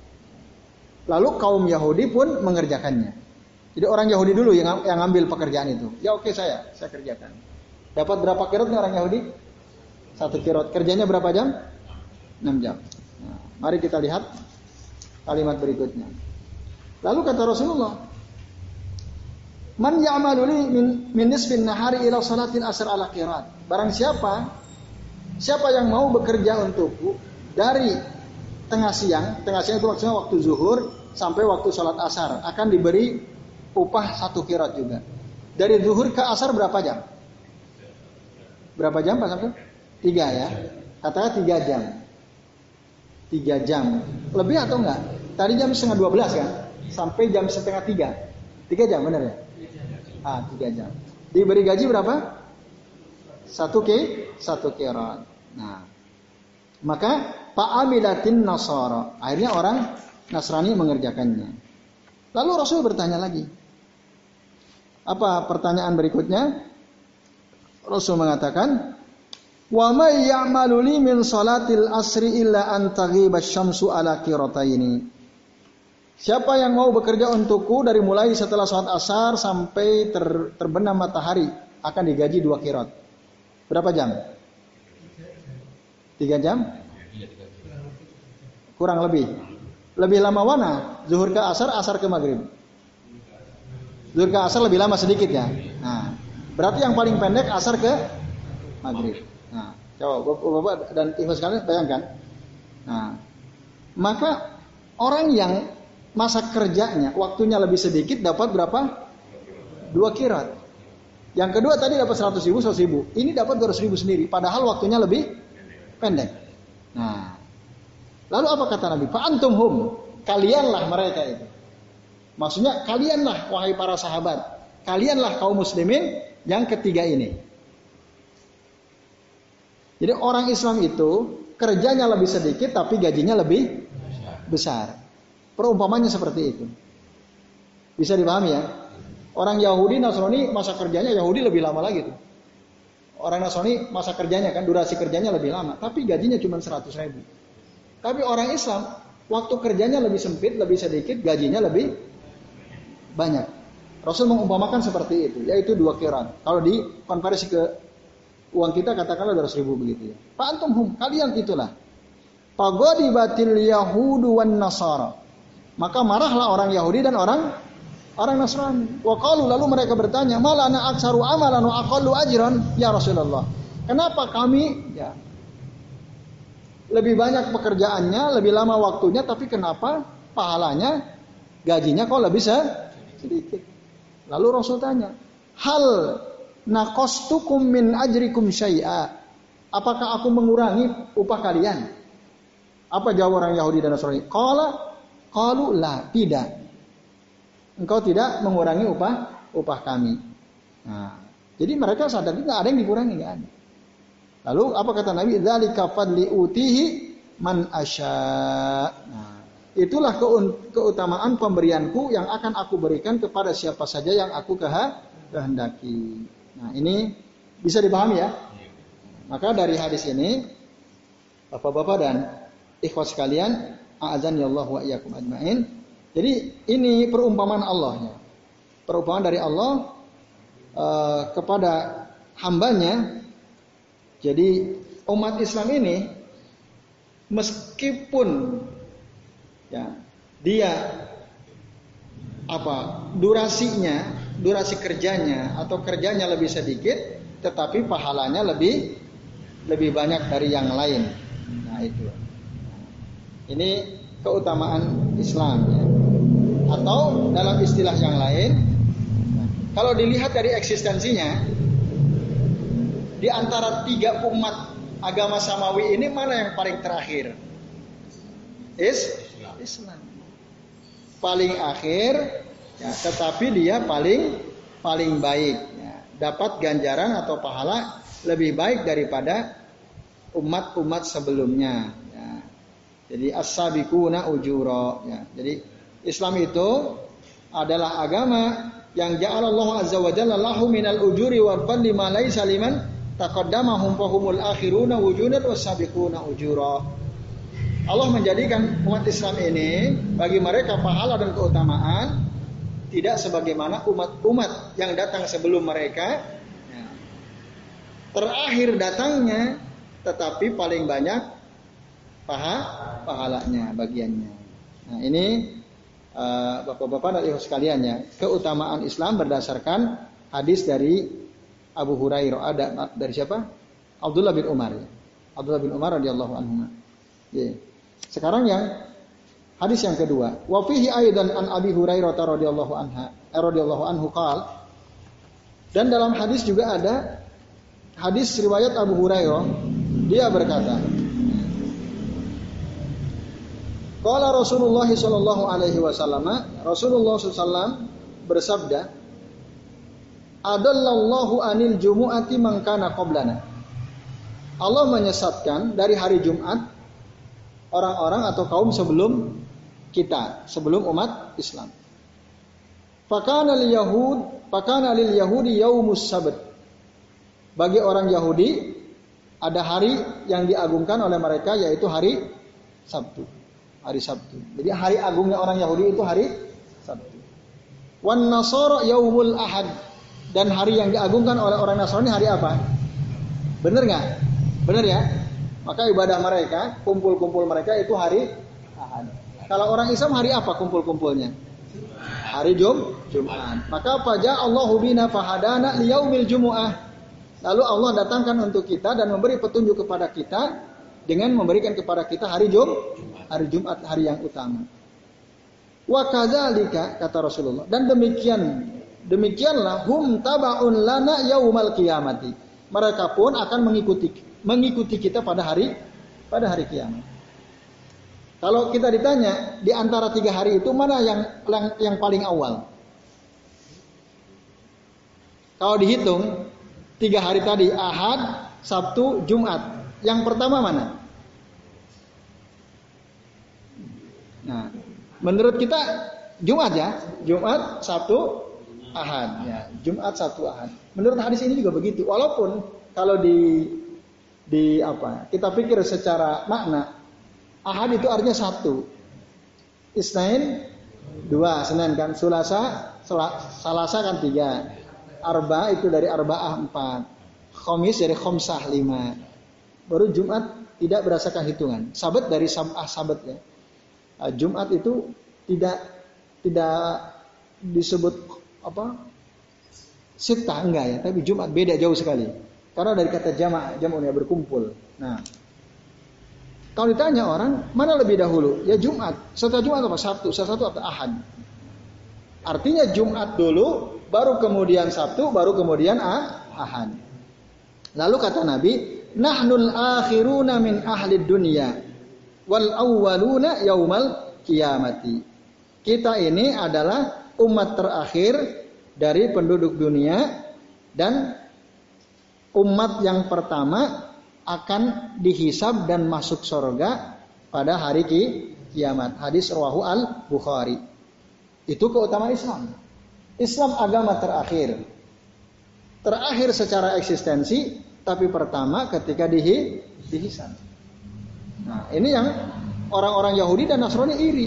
Lalu kaum Yahudi pun mengerjakannya. Jadi orang Yahudi dulu yang ngambil pekerjaan itu. Ya oke, saya kerjakan. Dapat berapa kirot nih orang Yahudi? 1 kirot. Kerjanya berapa jam? 6 jam. Nah, mari kita lihat kalimat berikutnya. Lalu kata Rasulullah, "Man ya'malu li min nisfin nahari ila salatil asr ala qirat." Barang siapa yang mau bekerja untukku dari tengah siang itu maksudnya waktu zuhur sampai waktu sholat asar, akan diberi upah 1 kirot juga. Dari zuhur ke asar berapa jam? Berapa jam Pak Samsul? 3 ya. Katakan 3 jam. 3 jam. Lebih atau enggak? Tadi jam 11:30 kan? Sampai jam 2:30. 3 jam benar ya? 3 jam. Diberi gaji berapa? 1 kirot. Nah, maka fa'amilatin Nasara. Akhirnya orang Nasrani mengerjakannya. Lalu Rasul bertanya lagi. Apa pertanyaan berikutnya? Rasul mengatakan, "Wa may ya'malu li min salatil asri illa an taghiba asy-syamsu ala qirataini." Siapa yang mau bekerja untukku dari mulai setelah salat asar sampai terbenam matahari akan digaji 2 kirot. Berapa jam? 3 jam? Kurang lebih. Lebih lama mana? Zuhur ke asar, asar ke maghrib. Zuhur ke asar lebih lama sedikit ya. Nah, berarti yang paling pendek asar ke maghrib. Nah, coba Bapak dan Ibu sekalian bayangkan. Nah, maka orang yang masa kerjanya waktunya lebih sedikit dapat berapa? 2 kirot. Yang kedua tadi dapat 100.000, 100.000. Ini dapat 200.000 sendiri. Padahal waktunya lebih pendek. Nah, lalu apa kata Nabi? Fa'antum hum, kalianlah mereka itu. Maksudnya kalianlah wahai para sahabat, kalianlah kaum muslimin yang ketiga ini. Jadi orang Islam itu kerjanya lebih sedikit tapi gajinya lebih besar. Perumpamannya seperti itu. Bisa dipahami ya? Orang Yahudi, Nasrani masa kerjanya Yahudi lebih lama lagi tuh. Orang Nasrani masa kerjanya kan durasi kerjanya lebih lama, tapi gajinya cuma 100.000. Tapi orang Islam waktu kerjanya lebih sempit, lebih sedikit, gajinya lebih banyak. Rasul mengumpamakan seperti itu, yaitu 2 qiran. Kalau dikonversi ke uang kita katakanlah 200.000 begitu ya. Fa antum hum, kalian itulah. Fagodibatil yahudu wan nasara. Maka marahlah orang Yahudi dan orang Nasrani. Wa qalu, lalu mereka bertanya, malana aktsaru amalan wa aqallu ajran ya Rasulullah. Kenapa kami ya lebih banyak pekerjaannya, lebih lama waktunya, tapi kenapa pahalanya, gajinya kok lebih sedikit? Lalu Rasul tanya, hal naqastukum min ajrikum syai'a? Apakah aku mengurangi upah kalian? Apa jawab orang Yahudi dan Nasrani? Qalu la, tidak. Engkau tidak mengurangi upah kami. Nah, jadi mereka sadar tidak ada yang dikurangi, enggak ada. Lalu apa kata Nabi? Dzalika fadli utihi man asya. Nah, itulah keutamaan pemberianku yang akan aku berikan kepada siapa saja yang aku kehendaki. Nah, ini bisa dipahami ya? Maka dari hadis ini, Bapak-bapak dan ikhwat sekalian, a'adzani Allah wa iyyakum ajmain. Jadi ini perumpamaan Allah. Perumpamaan dari Allah kepada hambanya. Jadi umat Islam ini meskipun ya dia durasi kerjanya atau kerjanya lebih sedikit, tetapi pahalanya lebih banyak dari yang lain. Nah itu. Ini keutamaan Islam ya. Atau dalam istilah yang lain, kalau dilihat dari eksistensinya, di antara 3 umat agama samawi ini mana yang paling terakhir? Islam. Paling akhir, ya, tetapi dia paling baik. Ya. Dapat ganjaran atau pahala lebih baik daripada umat-umat sebelumnya. Ya. Jadi as-sabiquna ujura. Ya. Jadi Islam itu adalah agama yang ja'alallahu azza wa jalla lahu minal ujuri wal fadli ma laisa liman taqaddamahum fahumul akhiruna wujudan was-sabiquna ujura. Allah menjadikan umat Islam ini bagi mereka pahala dan keutamaan tidak sebagaimana umat-umat yang datang sebelum mereka. Ya. Terakhir datangnya tetapi paling banyak pahalanya, bagiannya. Nah, ini Bapak-bapak dan ibu sekalian ya, keutamaan Islam berdasarkan hadis dari Abu Hurairah. Ada dari siapa? Abdullah bin Umar. Ya. Abdullah bin Umar radhiyallahu anhu. Ya. Sekarang yang hadis yang kedua. Wa fihi aidan an Abi Hurairah radhiyallahu anhu qala. Dan dalam hadis juga ada hadis riwayat Abu Hurairah, dia berkata, qala Rasulullah sallallahu alaihi wasallam, Rasulullah sallallahu bersabda, adallallahu anil jumu'ati man kana qablana. Allah menyesatkan dari hari Jumat orang-orang atau kaum sebelum kita, sebelum umat Islam. Fakana lil yahudi yaumus sabt. Bagi orang Yahudi ada hari yang diagungkan oleh mereka, yaitu hari Sabtu. Hari Sabtu. Jadi hari agungnya orang Yahudi itu hari Sabtu. Wan Nasara yaumul Ahad. Dan hari yang diagungkan oleh orang Nasrani hari apa? Benar nggak? Benar ya? Maka ibadah mereka, kumpul-kumpul mereka itu hari Ahad. Kalau orang Islam hari apa kumpul-kumpulnya? Hari Jumat. Maka faja Allahu bina fahadana liyaumil jumu'ah. Lalu Allah datangkan untuk kita dan memberi petunjuk kepada kita dengan memberikan kepada kita hari Jumat, hari yang utama. Wa kadzalika, kata Rasulullah, dan demikianlah hum tabaun lana yaumal qiyamati. Mereka pun akan mengikuti kita pada hari kiamat. Kalau kita ditanya di antara 3 hari itu mana yang paling awal? Kalau dihitung 3 hari tadi, Ahad, Sabtu, Jumat. Yang pertama mana? Nah, menurut kita Jumat ya, Jumat, Sabtu, Ahad ya, Jumat, Sabtu, Ahad. Menurut hadis ini juga begitu. Walaupun kalau di apa? Kita pikir secara makna, Ahad itu artinya satu. Isnain dua, Senin kan, Salasa kan tiga, Arba itu dari Arba'ah empat, Khamis dari Khomsah lima. Baru Jumat tidak berdasarkan hitungan. Sabat dari Sab'ah sabat ya. Jumat itu tidak disebut apa? Sita enggak ya, tapi Jumat beda jauh sekali. Karena dari kata jam'nya berkumpul. Nah, kalau ditanya orang, mana lebih dahulu? Ya Jumat. Setelah Jumat apa? Sabtu. Setelah Sabtu atau Ahad. Artinya Jumat dulu, baru kemudian Sabtu, baru kemudian Ahad. Lalu kata Nabi, nahnul akhiruna min ahli dunya wal awwaluna yaumal qiyamati. Kita ini adalah umat terakhir dari penduduk dunia dan umat yang pertama akan dihisab dan masuk surga pada hari kiamat. Hadis rawahu al-Bukhari. Itu keutamaan Islam. Islam agama terakhir. Terakhir secara eksistensi, tapi pertama ketika dihisab. Nah, ini yang orang-orang Yahudi dan Nasrani iri.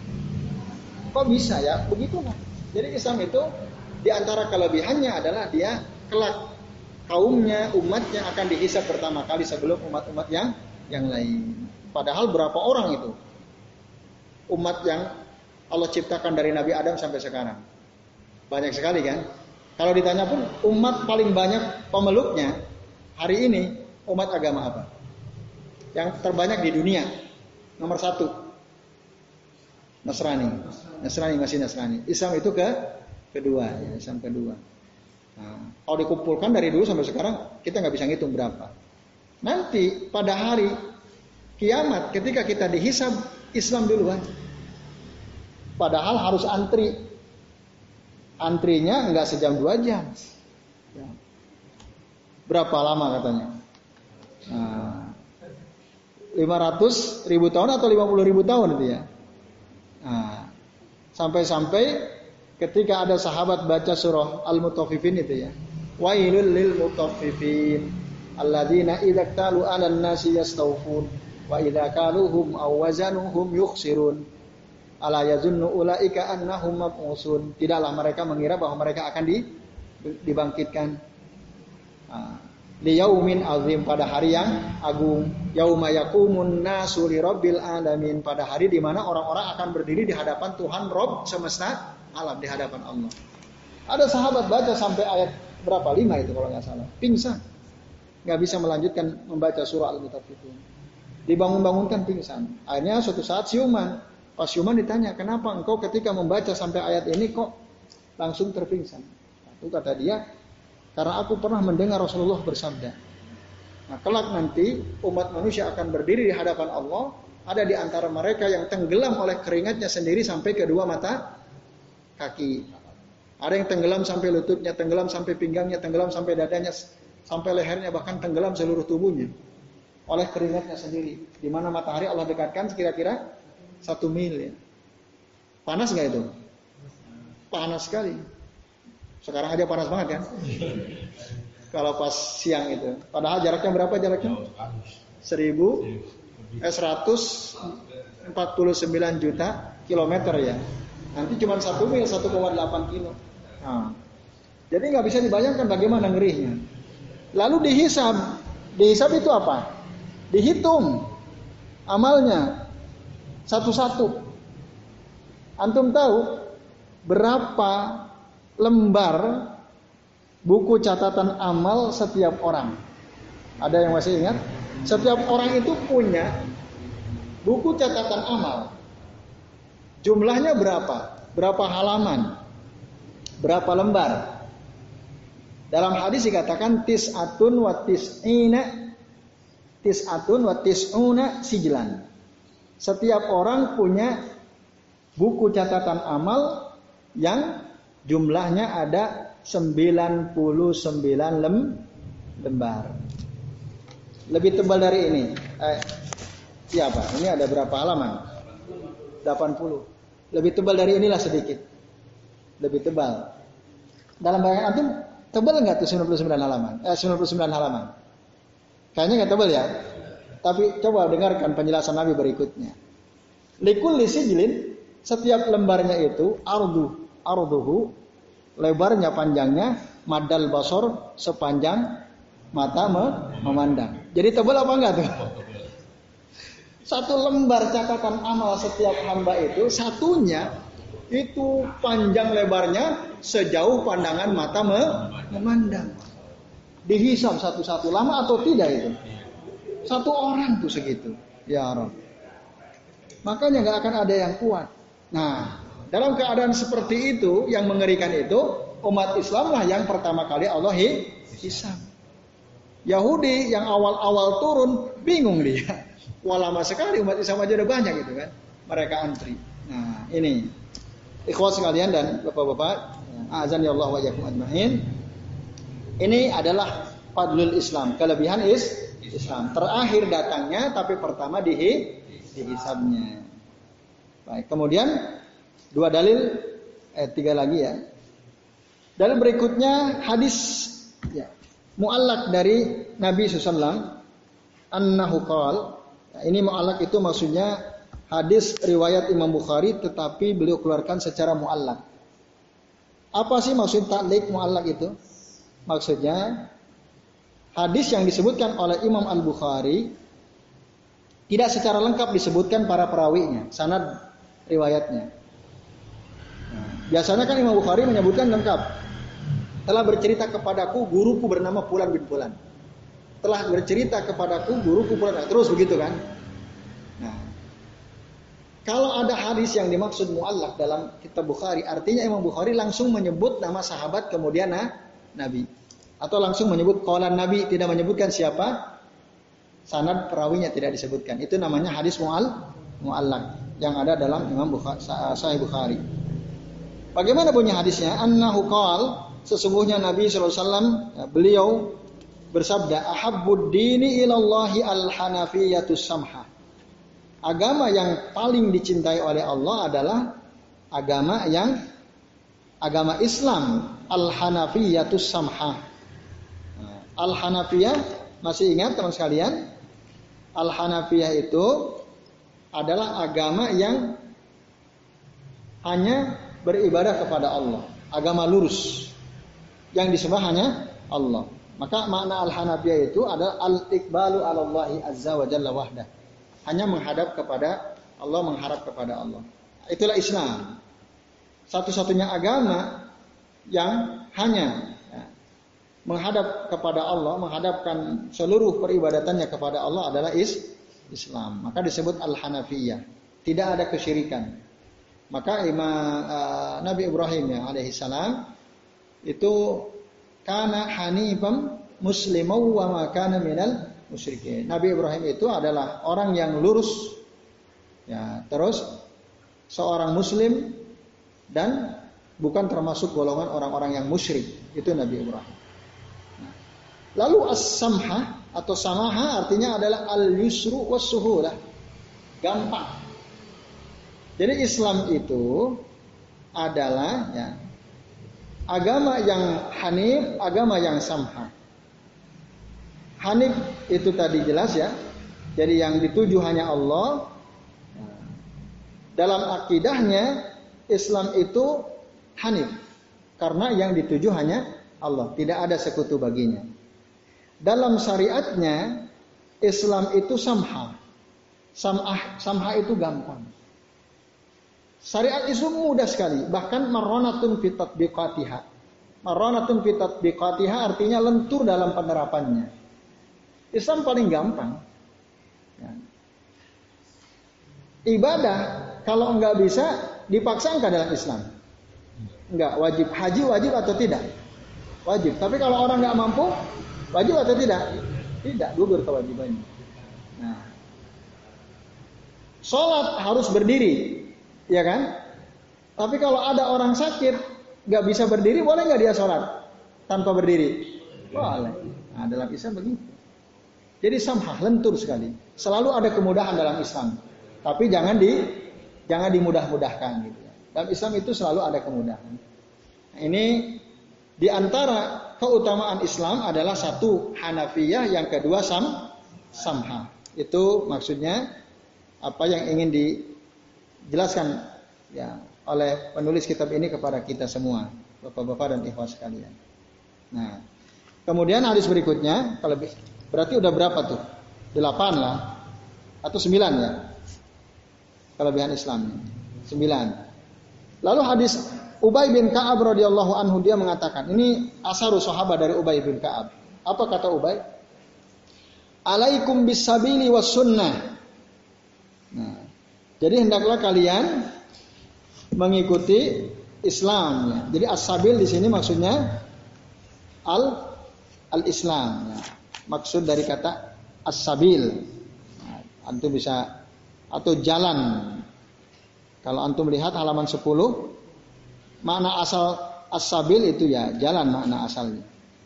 Kok bisa ya? Begitulah. Jadi Islam itu di antara kelebihannya adalah dia kelak kaumnya, umatnya akan dihisab pertama kali sebelum umat-umat yang lain. Padahal berapa orang itu? Umat yang Allah ciptakan dari Nabi Adam sampai sekarang. Banyak sekali kan? Kalau ditanya pun umat paling banyak pemeluknya hari ini umat agama apa? Yang terbanyak di dunia. Nomor 1. Nasrani. Nasrani masih Nasrani. Islam itu kedua, ya, Islam kedua. Nah, kalau dikumpulkan dari dulu sampai sekarang kita nggak bisa ngitung berapa. Nanti pada hari kiamat ketika kita dihisab Islam duluan. Padahal harus antri. Antrinya nggak sejam 2 jam. Ya. Berapa lama katanya? Nah, 500.000 tahun atau 50.000 tahun itu ya. Nah, sampai-sampai ketika ada sahabat baca surah Al-Mutaffifin itu ya. Wailul lil mutaffifin alladzina idza talu 'alan nasi yastawfun wa idza kaluhum aw wazanuhum yukhsirun. Ala yazunnu ulaika annahum mab'usun. Tidaklah mereka mengira bahwa mereka akan dibangkitkan. Li yaumin azim, pada hari yang agung. Yauma yaqumun nasu li rabbil alamin, pada hari di mana orang-orang akan berdiri di hadapan Tuhan Rabb semesta alam, di hadapan Allah. Ada sahabat baca sampai ayat berapa? 5 itu kalau nggak salah. Pingsan. Nggak bisa melanjutkan membaca surah Al-Mutaffifin. Dibangun-bangunkan pingsan. Akhirnya suatu saat siuman. Pas siuman ditanya, kenapa engkau ketika membaca sampai ayat ini kok langsung terpingsan? Itu kata dia, karena aku pernah mendengar Rasulullah bersabda. Nah, kelak nanti umat manusia akan berdiri di hadapan Allah. Ada di antara mereka yang tenggelam oleh keringatnya sendiri sampai kedua mata kaki. Ada yang tenggelam sampai lututnya, tenggelam sampai pinggangnya, tenggelam sampai dadanya, sampai lehernya, bahkan tenggelam seluruh tubuhnya oleh keringatnya sendiri. Di mana matahari Allah dekatkan kira-kira 1 mil ya. Panas nggak itu? Panas sekali. Sekarang aja panas banget kan? Kalau pas siang itu. Padahal jaraknya berapa jaraknya? 149 juta kilometer ya. Nanti cuma 1 mil, 1,8 kilo. Nah, jadi nggak bisa dibayangkan bagaimana ngerinya. Lalu dihisab. Dihisab itu apa? Dihitung amalnya satu-satu. Antum tahu berapa lembar buku catatan amal setiap orang? Ada yang masih ingat? Setiap orang itu punya buku catatan amal. Jumlahnya berapa? Berapa halaman? Berapa lembar? Dalam hadis dikatakan tis'atun wa tis'una sijlan. Setiap orang punya buku catatan amal yang jumlahnya ada 99 lembar. Lebih tebal dari ini. Siapa? Ini ada berapa halaman? 80. Lebih tebal dari inilah sedikit. Lebih tebal. Dalam bayangan antum tebal nggak tuh 99 halaman? 99 halaman. Kayaknya nggak tebal ya. Tapi coba dengarkan penjelasan Nabi berikutnya. Likulli sijlin, setiap lembarnya itu arduhu, lebarnya panjangnya madal basor, sepanjang mata memandang. Jadi tebal apa enggak tuh? Satu lembar catatan amal setiap hamba itu satunya itu panjang lebarnya sejauh pandangan mata memandang. Dihisab satu-satu, lama atau tidak itu? Satu orang tuh segitu. Ya Rabb. Makanya nggak akan ada yang kuat. Nah, dalam keadaan seperti itu, yang mengerikan itu, umat Islam lah yang pertama kali Allah hisab. Yahudi yang awal-awal turun, bingung dia. Wah lama sekali umat Islam aja udah banyak gitu kan. Mereka antri. Nah ini. Ikhwas sekalian dan bapak-bapak. Azan ya Allah wa yakum ajma'in. Ini adalah fadlul Islam. Kelebihan Islam. Terakhir datangnya tapi pertama dihisabnya. Baik, kemudian dua dalil, tiga lagi ya. Dalil berikutnya hadis ya, muallak dari Nabi SAW, annahu qala. Ini muallak itu maksudnya hadis riwayat Imam Bukhari tetapi beliau keluarkan secara muallak. Apa sih maksud ta'liq muallak itu? Maksudnya hadis yang disebutkan oleh Imam Al-Bukhari tidak secara lengkap disebutkan para perawinya, sanad riwayatnya. Nah, biasanya kan Imam Bukhari menyebutkan lengkap. Telah bercerita kepadaku guruku bernama Fulan bin Fulan. Telah bercerita kepadaku guruku Fulan. Terus begitu kan? Nah, kalau ada hadis yang dimaksud muallak dalam kitab Bukhari, artinya Imam Bukhari langsung menyebut nama sahabat kemudian Nabi. Atau langsung menyebut qalan Nabi, tidak menyebutkan siapa, sanad perawinya tidak disebutkan. Itu namanya hadis muallak yang ada dalam Imam Bukhari, Sahih Bukhari. Bagaimana bunyi hadisnya? Annahu qala, sesungguhnya Nabi SAW beliau bersabda, ahabbud dini ilallahi al-hanafiyatus samha. Agama yang paling dicintai oleh Allah adalah agama Islam, al-hanafiyatus samha. Al-Hanafiyah, masih ingat teman sekalian? Al-Hanafiyah itu adalah agama yang hanya beribadah kepada Allah, agama lurus yang disembah hanya Allah. Maka makna Al-Hanafiyah itu adalah al-iqbalu 'ala Allahi azza wa jalla wahdah. Hanya menghadap kepada Allah, mengharap kepada Allah. Itulah Islam. Satu-satunya agama yang hanya menghadap kepada Allah, menghadapkan seluruh peribadatannya kepada Allah adalah Islam. Maka disebut Al-Hanafiyah. Tidak ada kesyirikan. Maka Nabi Ibrahim ya alaihi salam itu kana hanifam muslimau wa ma kana minal musyrikin. Nabi Ibrahim itu adalah orang yang lurus. Ya, terus seorang muslim dan bukan termasuk golongan orang-orang yang musyrik. Itu Nabi Ibrahim. Lalu as-samha atau samaha artinya adalah al-yusru was-suhulah. Gampang. Jadi Islam itu adalah ya, agama yang hanif, agama yang samha. Hanif itu tadi jelas ya. Jadi yang dituju hanya Allah. Dalam akidahnya Islam itu hanif. Karena yang dituju hanya Allah. Tidak ada sekutu baginya. Dalam syariatnya Islam itu samha. Samha itu gampang. Syariat itu mudah sekali. Bahkan marronatun fi tatbiqatiha. Marronatun fi tatbiqatiha artinya lentur dalam penerapannya. Islam paling gampang. Ya. Ibadah kalau enggak bisa dipaksa enggak dalam Islam? Enggak, wajib. Haji wajib atau tidak? Wajib. Tapi kalau orang enggak mampu, wajib atau tidak? Tidak, gugur kewajibannya. Nah, sholat harus berdiri, ya kan? Tapi kalau ada orang sakit, nggak bisa berdiri, boleh nggak dia sholat tanpa berdiri? Boleh. Nah, dalam Islam begitu. Jadi samhah, lentur sekali. Selalu ada kemudahan dalam Islam. Tapi jangan dimudah-mudahkan gitu ya. Dalam Islam itu selalu ada kemudahan. Nah, ini di antara keutamaan Islam adalah satu Hanafiyah, yang kedua samhah. Itu maksudnya apa yang ingin dijelaskan ya oleh penulis kitab ini kepada kita semua, Bapak-bapak dan ikhwah sekalian. Nah, kemudian hadis berikutnya, kalau berarti udah berapa tuh? 8 lah atau 9 ya? Kelebihan Islam 9. Lalu hadis Ubay bin Ka'ab radhiyallahu anhu, dia mengatakan, ini asharu sahabat dari Ubay bin Ka'ab. Apa kata Ubay? Alaikum bisabili was sunnah. Nah, jadi hendaklah kalian mengikuti Islam ya. Jadi as-sabil di sini maksudnya al-Islam ya. Maksud dari kata as-sabil. Nah, antum bisa, atau jalan. Kalau antum lihat halaman 10, makna asal as-sabil itu ya jalan, makna asalnya.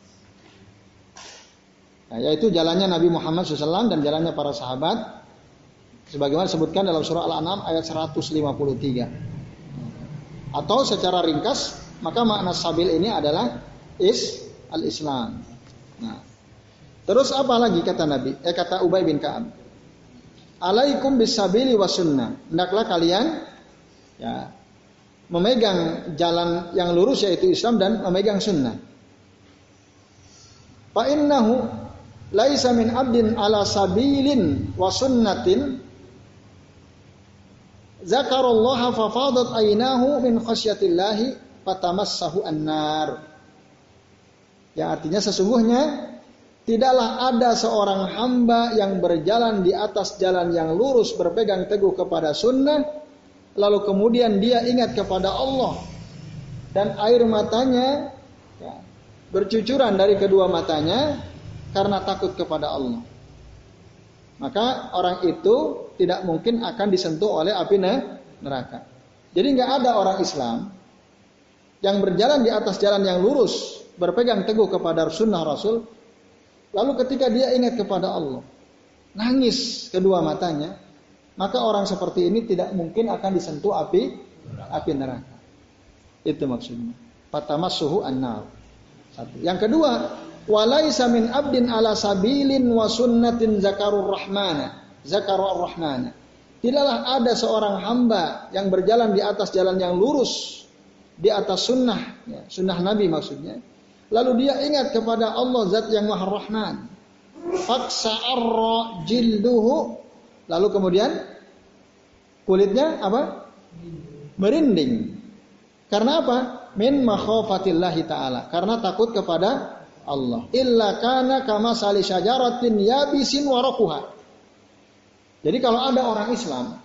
Nah, yaitu jalannya Nabi Muhammad SAW dan jalannya para sahabat, sebagaimana disebutkan dalam surah Al-An'am ayat 153. Atau secara ringkas, maka makna sabil ini adalah al-Islam. Nah, terus apa lagi kata Nabi? Kata Ubay bin Ka'ab, alaikum bisabili was sunnah. Hendaklah kalian ya memegang jalan yang lurus yaitu Islam dan memegang sunnah. Fa innahu laisa min abdin ala sabilin wa sunnatin zakarallaha fa fadat aynahu min khasyatillahi fatamassahu an-nar. Yang artinya sesungguhnya tidaklah ada seorang hamba yang berjalan di atas jalan yang lurus, berpegang teguh kepada sunnah, lalu kemudian dia ingat kepada Allah dan air matanya ya, bercucuran dari kedua matanya karena takut kepada Allah. Maka orang itu tidak mungkin akan disentuh oleh api neraka. Jadi nggak ada orang Islam yang berjalan di atas jalan yang lurus, berpegang teguh kepada sunnah Rasul, lalu ketika dia ingat kepada Allah, nangis kedua matanya, maka orang seperti ini tidak mungkin akan disentuh api neraka. Itu maksudnya. Fatamassuhu an-nar. Satu. Yang kedua, walaisa min abdin ala sabilin wa sunnatin zakarur rahmana. Tidaklah ada seorang hamba yang berjalan di atas jalan yang lurus, di atas sunnah, ya, sunnah Nabi maksudnya. Lalu dia ingat kepada Allah Zat yang Maha Rahman. Faksa'arra jilduhu. Lalu kemudian kulitnya apa? Merinding. Karena apa? Min makhafatillahi ta'ala. Karena takut kepada Allah. Illa kana kama sali syajaratin yabisin warakuha. Jadi kalau ada orang Islam,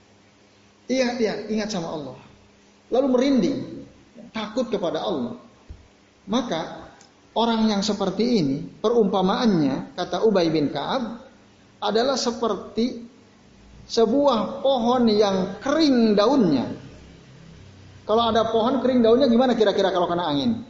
ingat sama Allah. Lalu merinding. Takut kepada Allah. Maka orang yang seperti ini, perumpamaannya, kata Ubay bin Ka'ab, adalah seperti sebuah pohon yang kering daunnya. Kalau ada pohon kering daunnya gimana kira-kira kalau kena angin?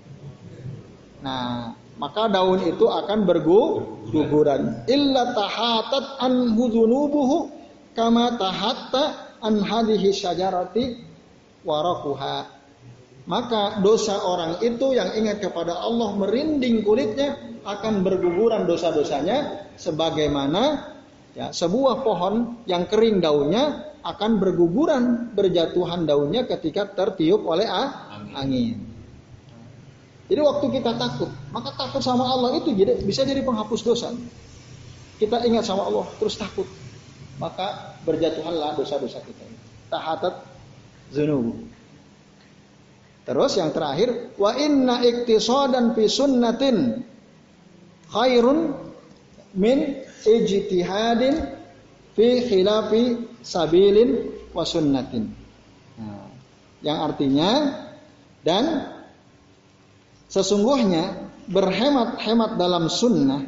Nah, maka daun itu akan berguguran. Illa tahatat an huzunubuhu kama tahatta an hadhihi syajarati warakuha. Maka dosa orang itu yang ingat kepada Allah, merinding kulitnya, akan berguguran dosa-dosanya sebagaimana ya, sebuah pohon yang kering daunnya akan berguguran, berjatuhan daunnya ketika tertiup oleh angin. Jadi waktu kita takut, maka takut sama Allah itu bisa jadi penghapus dosa. Kita ingat sama Allah terus takut, maka berjatuhanlah dosa-dosa kita. Tahatat dzunub. Terus yang terakhir, wa inna iktisadan fi sunnatin khairun min ijtihadin fi khilafi sabilin wa sunnatin. Nah, yang artinya, dan sesungguhnya berhemat-hemat dalam sunnah,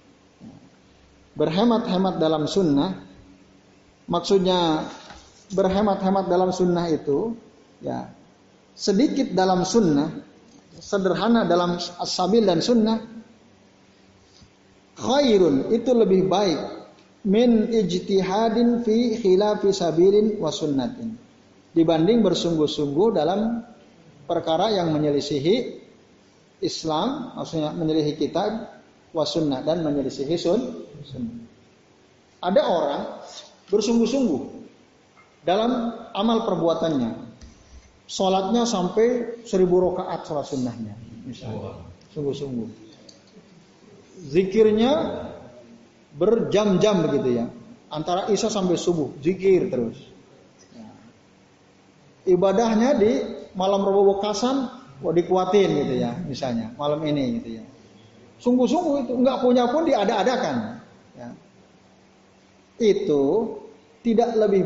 maksudnya berhemat-hemat dalam sunnah itu ya sedikit dalam sunnah, sederhana dalam as-sabil dan sunnah, khairun, itu lebih baik min ijtihadin fi khilafi sabilin wa sunnatin, dibanding bersungguh-sungguh dalam perkara yang menyelisihi Islam, maksudnya menyelisihi kitab wa sunnah, dan menyelisihi sunnah. Ada orang bersungguh-sungguh dalam amal perbuatannya, sholatnya sampai 1000 rakaat sholat sunnahnya, misalnya, sungguh-sungguh. Zikirnya berjam-jam begitu ya, antara isya sampai subuh, zikir terus. Ibadahnya di malam Rabu Wekasan, dikuatin gitu ya, misalnya malam ini gitu ya. Sungguh-sungguh itu, nggak punya pun diada-adakan. Ya. Itu tidak lebih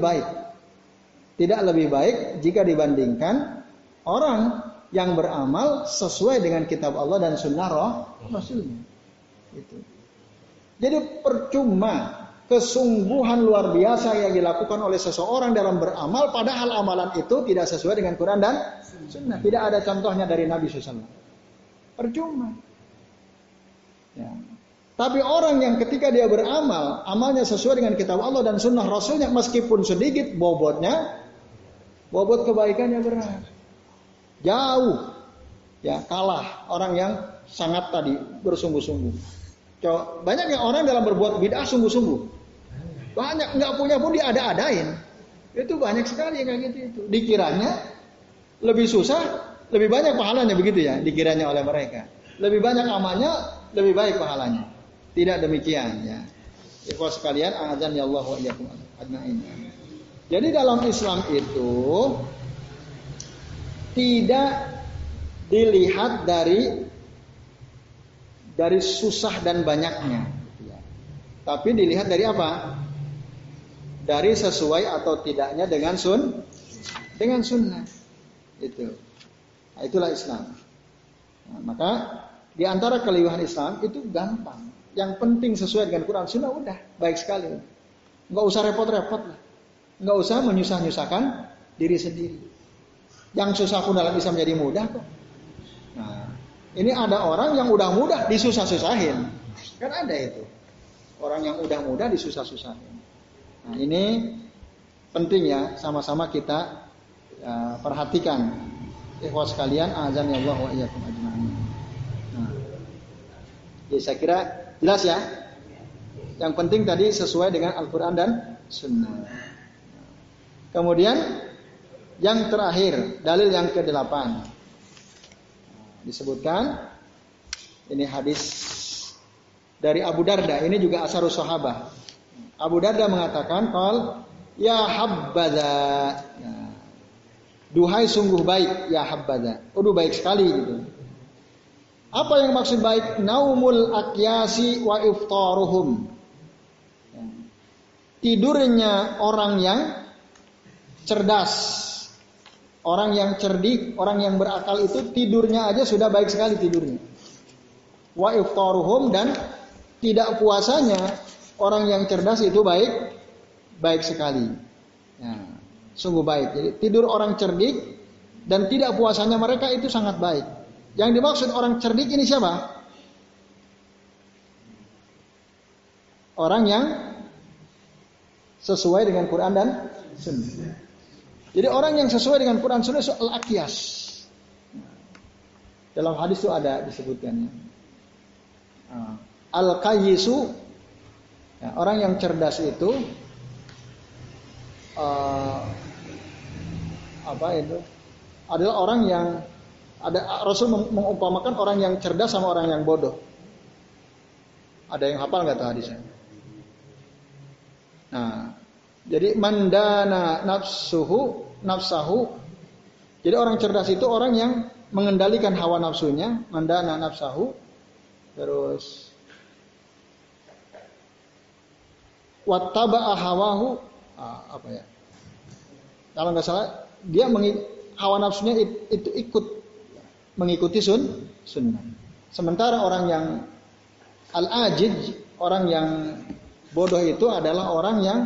baik jika dibandingkan orang yang beramal sesuai dengan kitab Allah dan sunnah Rasulnya. Itu. Jadi percuma kesungguhan luar biasa yang dilakukan oleh seseorang dalam beramal, padahal amalan itu tidak sesuai dengan Quran dan sunnah. Tidak ada contohnya dari Nabi SAW. Percuma. Ya. Tapi orang yang ketika dia beramal, amalnya sesuai dengan kitab Allah dan sunnah Rasulnya, meskipun sedikit bobot kebaikannya berat. Jauh ya kalah orang yang sangat tadi bersungguh-sungguh. Banyak yang orang dalam berbuat bid'ah sungguh-sungguh. Banyak, nggak punya pun diada-adain. Itu banyak sekali yang kayak gitu itu. Dikiranya lebih susah, lebih banyak pahalanya begitu ya, dikiranya oleh mereka. Lebih banyak amalnya, lebih baik pahalanya. Tidak demikian ya. Ikhwah sekalian, azan ya Allah wa iyyakum ajmain. Jadi dalam Islam itu tidak dilihat dari susah dan banyaknya, tapi dilihat dari apa? Dari sesuai atau tidaknya dengan sunnah. Itu. Nah, itulah Islam. Nah, maka di antara kelimpahan Islam itu gampang. Yang penting sesuai dengan Quran Sunnah, udah baik sekali. Nggak usah repot-repot lah. Nggak usah menyusah-nyusahkan diri sendiri. Yang susah pun dalam Islam jadi mudah kok. Nah, ini ada orang yang udah mudah disusah-susahin. Kan ada itu. Orang yang udah mudah disusah-susahin. Nah, ini penting ya, sama-sama kita perhatikan. Ikhwah sekalian, azan ya Allah wa iyyakum ajmain. Nah, jadi saya kira jelas ya. Yang penting tadi sesuai dengan Al-Quran dan Sunnah. Kemudian yang terakhir, dalil yang ke-8. Disebutkan ini hadis dari Abu Darda, ini juga asharus sahabah. Abu Darda mengatakan, qal ya habbaza, duhai sungguh baik, ya habbaza, baik sekali gitu. Apa yang maksud baik? Naumul akyasi wa iftaruhum, tidurnya orang yang cerdas, orang yang cerdik, orang yang berakal itu tidurnya aja sudah baik sekali tidurnya. Wa iftaruhum, dan tidak puasanya orang yang cerdas itu baik sekali. Ya, sungguh baik. Jadi tidur orang cerdik dan tidak puasanya mereka itu sangat baik. Yang dimaksud orang cerdik ini siapa? Orang yang sesuai dengan Quran dan Sunnah. Jadi orang yang sesuai dengan Quran Sunnah itu al-aqyas. Dalam hadis itu ada disebutkannya. Al-qayyisu, ya, orang yang cerdas itu adalah orang yang Rasul mengumpamakan orang yang cerdas sama orang yang bodoh. Ada yang hafal nggak tuh hadisnya? Nah, jadi mandana nafsahu. Jadi orang cerdas itu orang yang mengendalikan hawa nafsunya, mandana nafsahu. Terus wattaba'a hawahu, kalau nggak salah dia hawa nafsunya itu ikut mengikuti sunnah. Sementara orang yang al-ajij, orang yang bodoh itu adalah orang yang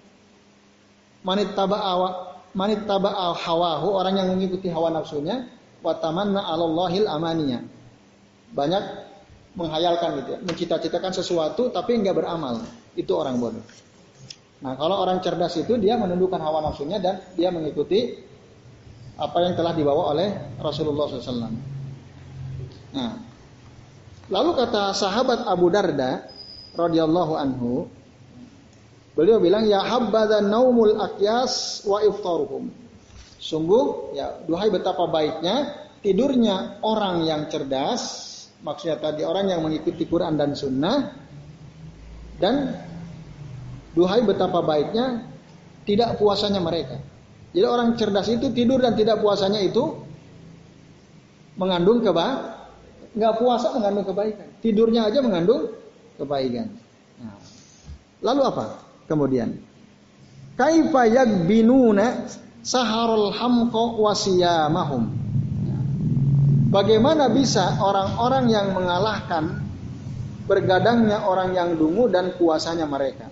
manittaba'a hawahu, orang yang mengikuti hawa nafsunya, wa tamanna 'alallahil amaniyah. Banyak menghayalkan gitu ya, mencita-citakan sesuatu tapi nggak beramal, itu orang bodoh. Nah, kalau orang cerdas itu dia menundukkan hawa nafsunya dan dia mengikuti apa yang telah dibawa oleh Rasulullah SAW. Nah, lalu kata sahabat Abu Darda radhiyallahu anhu, beliau bilang, ya habbadan naumul akyas wa iftaruhum. Sungguh, ya, duhai betapa baiknya tidurnya orang yang cerdas, maksudnya tadi orang yang mengikuti Quran dan Sunnah, dan duhai betapa baiknya tidak puasanya mereka. Jadi orang cerdas itu tidur dan tidak puasanya itu mengandung nggak puasa mengandung kebaikan, tidurnya aja mengandung kebaikan. Nah, lalu apa? Kemudian, kaifa yagbinuna saharul hamqa wasiyamahum. Bagaimana bisa orang-orang yang mengalahkan bergadangnya orang yang dungu dan puasanya mereka?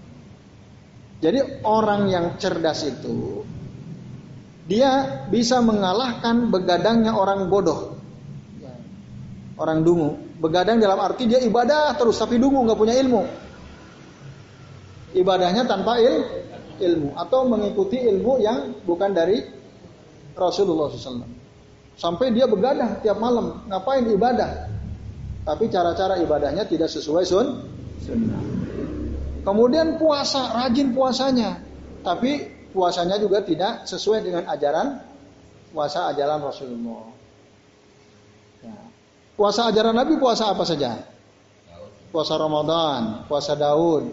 Jadi orang yang cerdas itu dia bisa mengalahkan begadangnya orang bodoh, orang dungu. Begadang dalam arti dia ibadah terus tapi dungu, nggak punya ilmu. Ibadahnya tanpa ilmu atau mengikuti ilmu yang bukan dari Rasulullah SAW. Sampai dia begadang tiap malam, ngapain ibadah? Tapi cara-cara ibadahnya tidak sesuai sunnah. Kemudian puasa, rajin puasanya, tapi puasanya juga tidak sesuai dengan puasa ajaran Rasulullah. Ya. Puasa ajaran Nabi puasa apa saja? Puasa Ramadan, puasa Daud,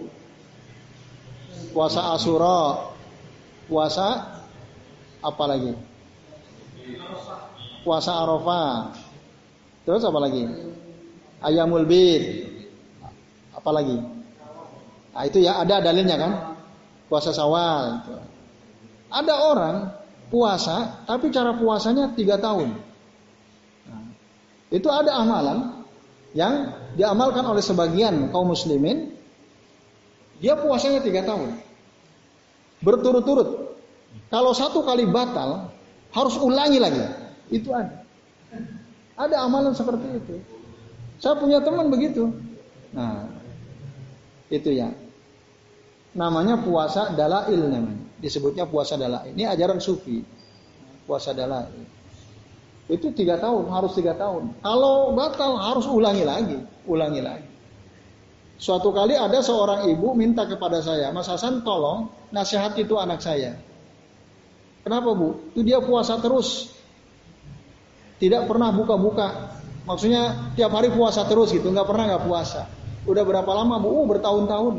puasa Asyura, puasa apa lagi? Puasa Arafah. Terus apa lagi? Ayamul Bid. Apa lagi? Nah, itu ya ada dalilnya kan? Puasa Syawal. Ada orang puasa tapi cara puasanya 3 tahun. Nah, itu ada amalan yang diamalkan oleh sebagian kaum muslimin. Dia puasanya 3 tahun. Berturut-turut. Kalau 1 kali batal, harus ulangi lagi. Itu ada. Ada amalan seperti itu. Saya punya teman begitu. Nah, itu ya. Namanya puasa dalail namanya. Disebutnya puasa dalail. Ini ajaran sufi. Puasa dalail. Itu 3 tahun, harus 3 tahun. Kalau batal harus ulangi lagi. Suatu kali ada seorang ibu minta kepada saya, Mas Hasan tolong nasihati itu anak saya. Kenapa Bu? Itu dia puasa terus. Tidak pernah buka-buka. Maksudnya tiap hari puasa terus gitu, nggak puasa. Udah berapa lama Bu? Bertahun-tahun.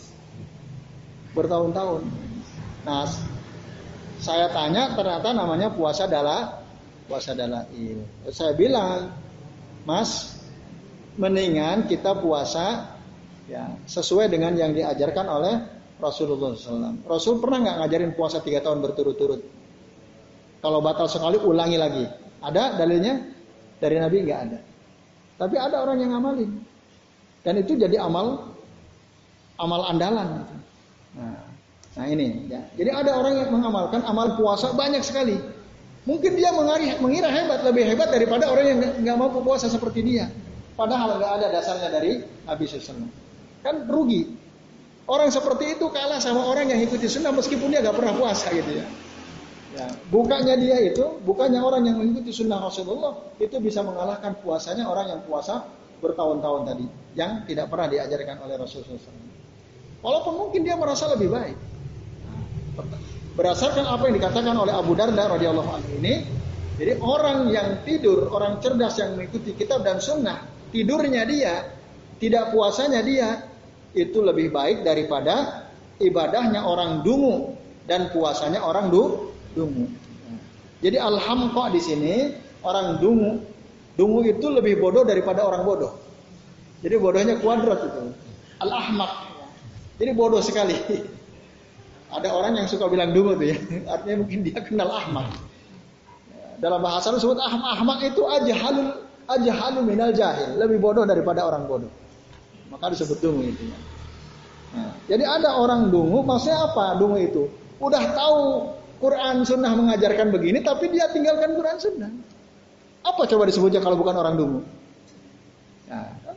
Nah, saya tanya ternyata namanya puasa dalail. Saya bilang, Mas, mendingan kita puasa ya sesuai dengan yang diajarkan oleh Rasulullah SAW. Rasul pernah nggak ngajarin puasa 3 tahun berturut-turut? Kalau batal sekali ulangi lagi. Ada dalilnya? Dari Nabi nggak ada. Tapi ada orang yang ngamalin. Dan itu jadi amal andalan. Nah ini. Ya. Jadi ada orang yang mengamalkan amal puasa banyak sekali. Mungkin dia mengira hebat, lebih hebat daripada orang yang nggak mampu puasa seperti dia. Padahal nggak ada dasarnya dari Nabi SAW. Kan rugi. Orang seperti itu kalah sama orang yang ikuti sunnah meskipun dia nggak pernah puasa gitu ya. Ya, bukannya orang yang mengikuti sunnah Rasulullah itu bisa mengalahkan puasanya orang yang puasa bertahun-tahun tadi, yang tidak pernah diajarkan oleh Rasulullah SAW. Walaupun mungkin dia merasa lebih baik. Berdasarkan apa yang dikatakan oleh Abu Darda radhiyallahu anhu ini, jadi orang yang tidur, orang cerdas yang mengikuti kitab dan sunnah, tidurnya dia, tidak puasanya dia, itu lebih baik daripada ibadahnya orang dungu dan puasanya orang dungu. Jadi al-hamqa di sini orang dungu itu lebih bodoh daripada orang bodoh. Jadi bodohnya kuadrat itu. Al-ahmaq. Jadi bodoh sekali. Ada orang yang suka bilang dungu tuh ya. Artinya mungkin dia kenal ahmaq. Dalam bahasa disebut ahmaq itu ajhalul minal jahil, lebih bodoh daripada orang bodoh. Maka disebut dungu itu ya. Nah, jadi ada orang dungu, maksudnya apa dungu itu? Udah tahu Quran Sunnah mengajarkan begini, tapi dia tinggalkan Quran Sunnah. Apa coba disebutnya kalau bukan orang dungu? Nah,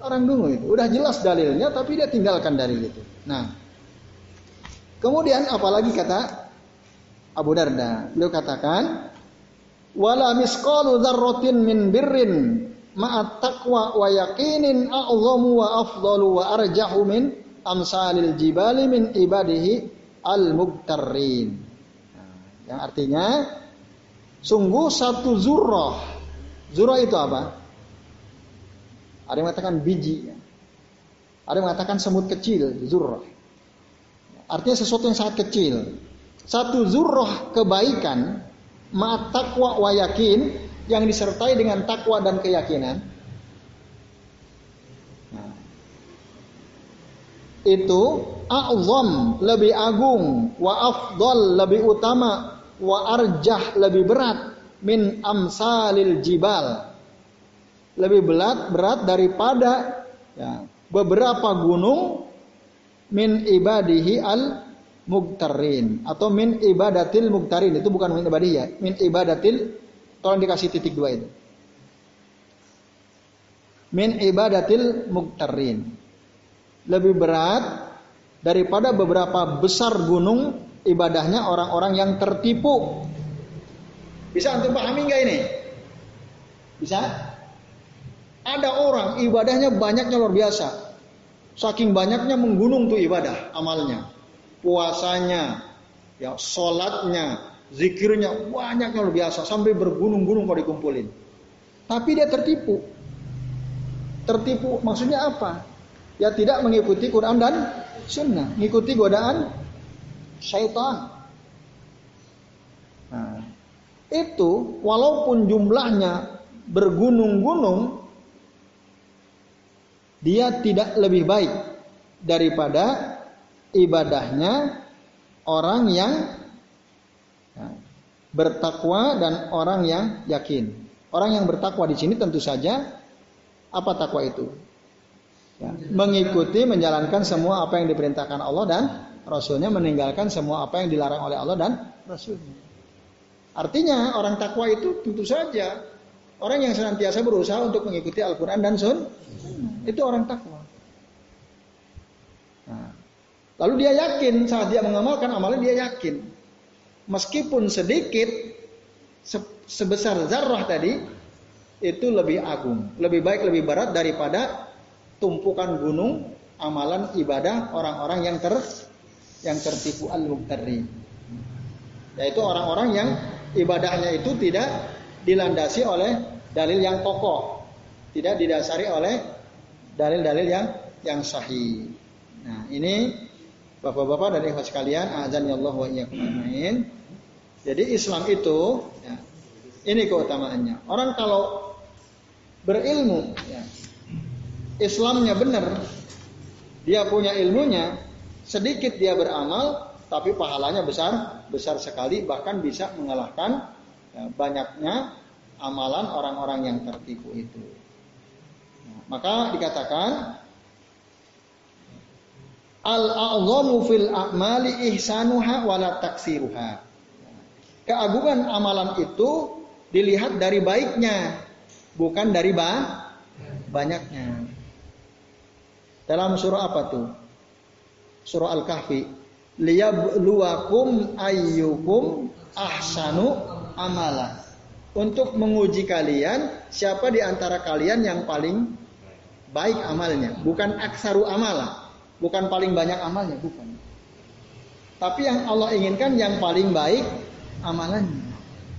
Orang dungu itu. Udah jelas dalilnya tapi dia tinggalkan dalil itu. Nah, kemudian apalagi kata Abu Darda. Beliau katakan, wala misqalu dzarratin min birrin ma'at taqwa wa yaqinin a'zamu wa afdalu wa arjahu min amsalil jibali min ibadihi al-mubtarrin. Nah, yang artinya sungguh satu zurrah. Zurrah itu apa? Ada yang mengatakan biji, ada yang mengatakan semut kecil, zurrah. Artinya sesuatu yang sangat kecil. Satu zurrah kebaikan, ma'at taqwa wa yakin, yang disertai dengan takwa dan keyakinan. Nah, itu a'zam, lebih agung, wa afdal, lebih utama, wa arjah, lebih berat, min amsalil jibal, lebih berat daripada beberapa gunung, min ibadihi al mugtarin, atau min ibadatil mugtarin. Itu bukan min ibadihi ya, min ibadatil, tolong dikasih titik 2 itu, min ibadatil mugtarin, lebih berat daripada beberapa besar gunung ibadahnya orang-orang yang tertipu. Bisa antum pahami nggak ini? Bisa? Ada orang ibadahnya banyaknya luar biasa. Saking banyaknya menggunung tuh ibadah, amalnya. Puasanya, ya sholatnya, zikirnya banyaknya luar biasa. Sampai bergunung-gunung kalau dikumpulin. Tapi dia tertipu. Tertipu maksudnya apa? Ya tidak mengikuti Quran dan Sunnah. Mengikuti godaan syaitan. Nah, itu walaupun jumlahnya bergunung-gunung, dia tidak lebih baik daripada ibadahnya orang yang bertakwa dan orang yang yakin. Orang yang bertakwa di sini tentu saja, apa takwa itu? Ya, mengikuti, menjalankan semua apa yang diperintahkan Allah dan Rasulnya, meninggalkan semua apa yang dilarang oleh Allah dan Rasulnya. Artinya orang takwa itu tentu saja orang yang senantiasa berusaha untuk mengikuti Al-Quran dan Sunnah. Itu orang takwa. Nah, lalu dia yakin saat dia mengamalkan amalan, dia yakin meskipun sedikit sebesar zarrah tadi, itu lebih agung, lebih baik, lebih berat daripada tumpukan gunung amalan ibadah orang-orang yang tertipu al-mubtarri. Yaitu orang-orang yang ibadahnya itu tidak dilandasi oleh dalil yang kokoh, tidak didasari oleh dalil-dalil yang sahih. Nah, ini Bapak-bapak dan ikhwan sekalian, a'adzanillahu wa iyyakum ajmain. Jadi Islam itu, ya, ini keutamaannya. Orang kalau berilmu, ya, Islamnya benar, dia punya ilmunya, sedikit dia beramal, tapi pahalanya besar sekali, bahkan bisa mengalahkan banyaknya amalan orang-orang yang tertipu itu. Maka dikatakan al-a'zamu fil a'mali ihsanuha wala taksiruha. Keagungan amalan itu dilihat dari baiknya, bukan dari banyaknya. Dalam surah apa tuh? Surah Al-Kahfi. Liyabluwakum ayyukum ahsanu amala. Untuk menguji kalian siapa di antara kalian yang paling baik amalnya, bukan aksaru amala, bukan paling banyak amalnya, bukan. Tapi yang Allah inginkan yang paling baik amalannya.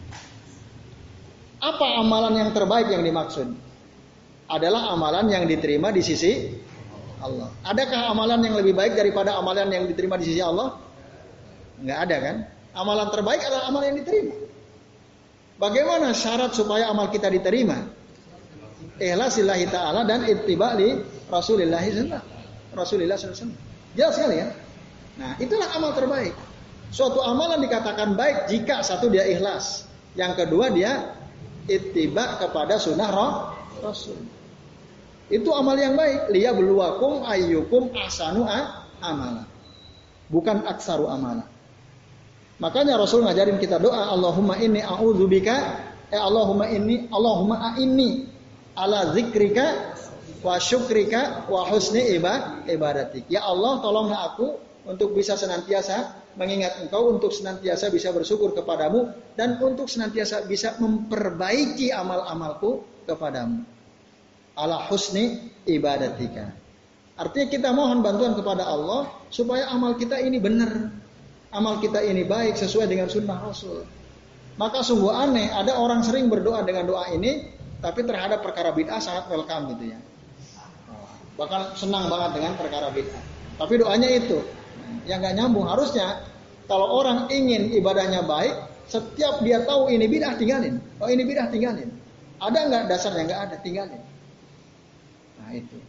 Apa amalan yang terbaik yang dimaksud? Adalah amalan yang diterima di sisi Allah. Adakah amalan yang lebih baik daripada amalan yang diterima di sisi Allah? Enggak ada kan? Amalan terbaik adalah amalan yang diterima. Bagaimana syarat supaya amal kita diterima? Ikhlas lillahi ta'ala dan ittiba li Rasulillah SAW. Jelas sekali ya. Nah, itulah amal terbaik. Suatu amalan dikatakan baik jika satu dia ikhlas, yang kedua dia ittiba kepada sunnah Rasul. Itu amal yang baik. Liyabluwakum ayyukum ahsanu amala. Bukan aksaru amala. Makanya Rasul ngajarin kita doa, Allahumma inni a'udzubika, Allahumma a'inni ala zikrika wa syukrika wa husni ibadatik. Ya Allah, tolonglah aku untuk bisa senantiasa mengingat Engkau, untuk senantiasa bisa bersyukur kepadamu, dan untuk senantiasa bisa memperbaiki amal-amalku kepadamu. Ala husni ibadatika. Artinya kita mohon bantuan kepada Allah supaya amal kita ini benar, amal kita ini baik sesuai dengan sunnah Rasul. Maka sungguh aneh ada orang sering berdoa dengan doa ini, tapi terhadap perkara bid'ah sangat welcome gitu ya. Bahkan senang banget dengan perkara bid'ah. Tapi doanya itu yang nggak nyambung. Harusnya kalau orang ingin ibadahnya baik, setiap dia tahu ini bid'ah tinggalin. Oh ini bid'ah tinggalin. Ada nggak dasarnya? Nggak ada, tinggalin. Nah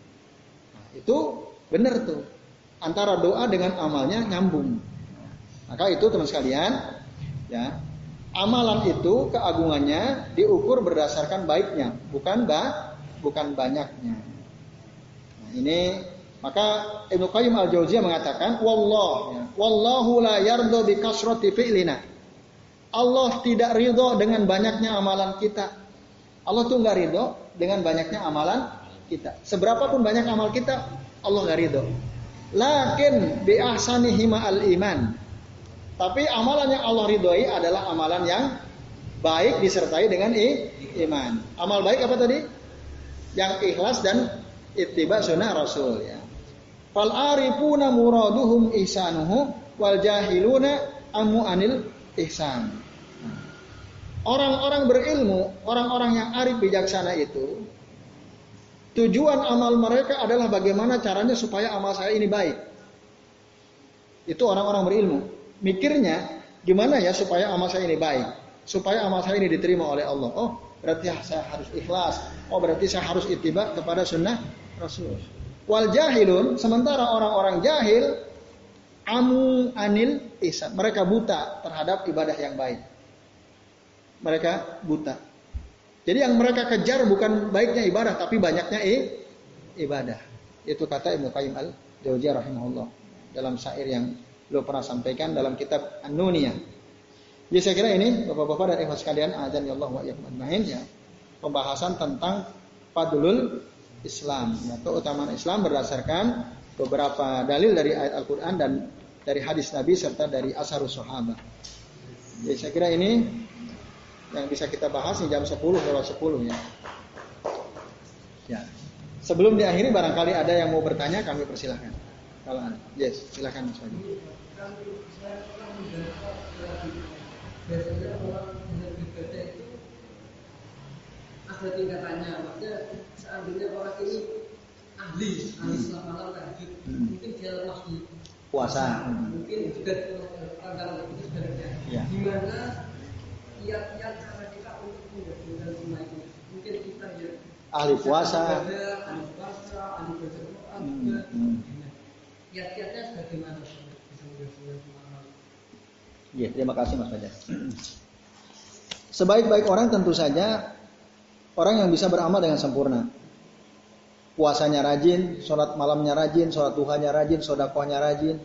itu benar tuh. Antara doa dengan amalnya nyambung. Maka itu teman sekalian, ya amalan itu keagungannya diukur berdasarkan baiknya, bukan banyaknya. Nah, ini maka Ibnu Qayyim Al-Jauziyah mengatakan, wallahu la yardo bi kasrati fi'lina. Allah tidak ridho dengan banyaknya amalan kita. Allah tuh nggak ridho dengan banyaknya amalan kita. Seberapapun banyak amal kita, Allah nggak ridho. Lakin bi ahsanihi ma'al iman. Tapi amalan yang Allah ridhoi adalah amalan yang baik disertai dengan iman. Amal baik apa tadi? Yang ikhlas dan ittiba sunnah Rasul ya. Fal arifuna muraduhum ihsanuhu wal jahiluna amu anil ihsan. Orang-orang berilmu, orang-orang yang arif bijaksana itu, tujuan amal mereka adalah bagaimana caranya supaya amal saya ini baik. Itu orang-orang berilmu. Mikirnya gimana ya supaya amal saya ini baik, supaya amal saya ini diterima oleh Allah. Oh berarti saya harus ikhlas. Oh berarti saya harus ittiba kepada sunnah Rasul. Wal jahilun, sementara orang-orang jahil amu anil ihsan. Mereka buta terhadap ibadah yang baik. Mereka buta. Jadi yang mereka kejar bukan baiknya ibadah, tapi banyaknya ibadah. Itu kata Ibnu Qayyim Al-Jauziyah rahimahullah dalam syair yang beliau pernah sampaikan dalam kitab An-Nuniyah. Jadi saya kira ini Bapak-bapak dan ikhwan sekalian, azan ya Allah wa iyyakum ajmain ya. Pembahasan tentang fadlul Islam, ya, keutamaan Islam berdasarkan beberapa dalil dari ayat Al-Qur'an dan dari hadis Nabi serta dari asharus sahabat. Jadi saya kira ini yang bisa kita bahas di jam 10:10 ya. Ya. Sebelum diakhiri barangkali ada yang mau bertanya, kami persilahkan. Kalau ada. Yes, silakan Mas Fadi.
Biasanya orang dengan ibadah itu ada tingkatannya. Maksudnya seandainya orang ini ahli sholat malam tahajud, mungkin dia lemas di
puasa,
mungkin juga antara itu sebenarnya. Gimana kiat-kiat cara kita untuk menggabungkan semua itu? Mungkin kita ya
ahli puasa,
ahli baca Quran, kiat-kiatnya bagaimana bisa menggabungkan semua?
Ya, terima kasih Mas Fajar. Sebaik-baik orang tentu saja orang yang bisa beramal dengan sempurna. Puasanya rajin, sholat malamnya rajin, sholat duhanya rajin, sedekahnya rajin,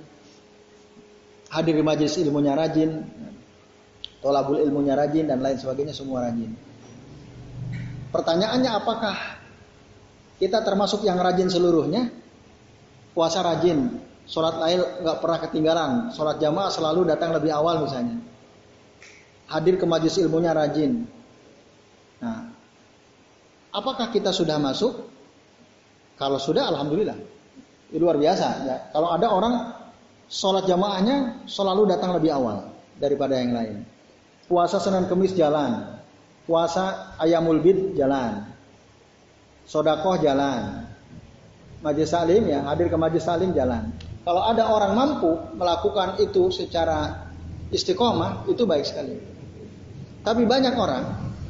hadir di majelis ilmunya rajin, tolabul ilmunya rajin dan lain sebagainya semua rajin. Pertanyaannya apakah kita termasuk yang rajin seluruhnya? Puasa rajin, sholat lail nggak pernah ketinggalan, sholat jamaah selalu datang lebih awal misalnya. Hadir ke majelis ilmunya rajin. Nah, apakah kita sudah masuk? Kalau sudah, alhamdulillah, itu luar biasa. Ya. Kalau ada orang sholat jamaahnya selalu datang lebih awal daripada yang lain. Puasa Senin Kemis jalan, puasa Ayamul Bid jalan, sodakoh jalan, majelis salim ya hadir ke majelis salim jalan. Kalau ada orang mampu melakukan itu secara istiqomah, itu baik sekali. Tapi banyak orang,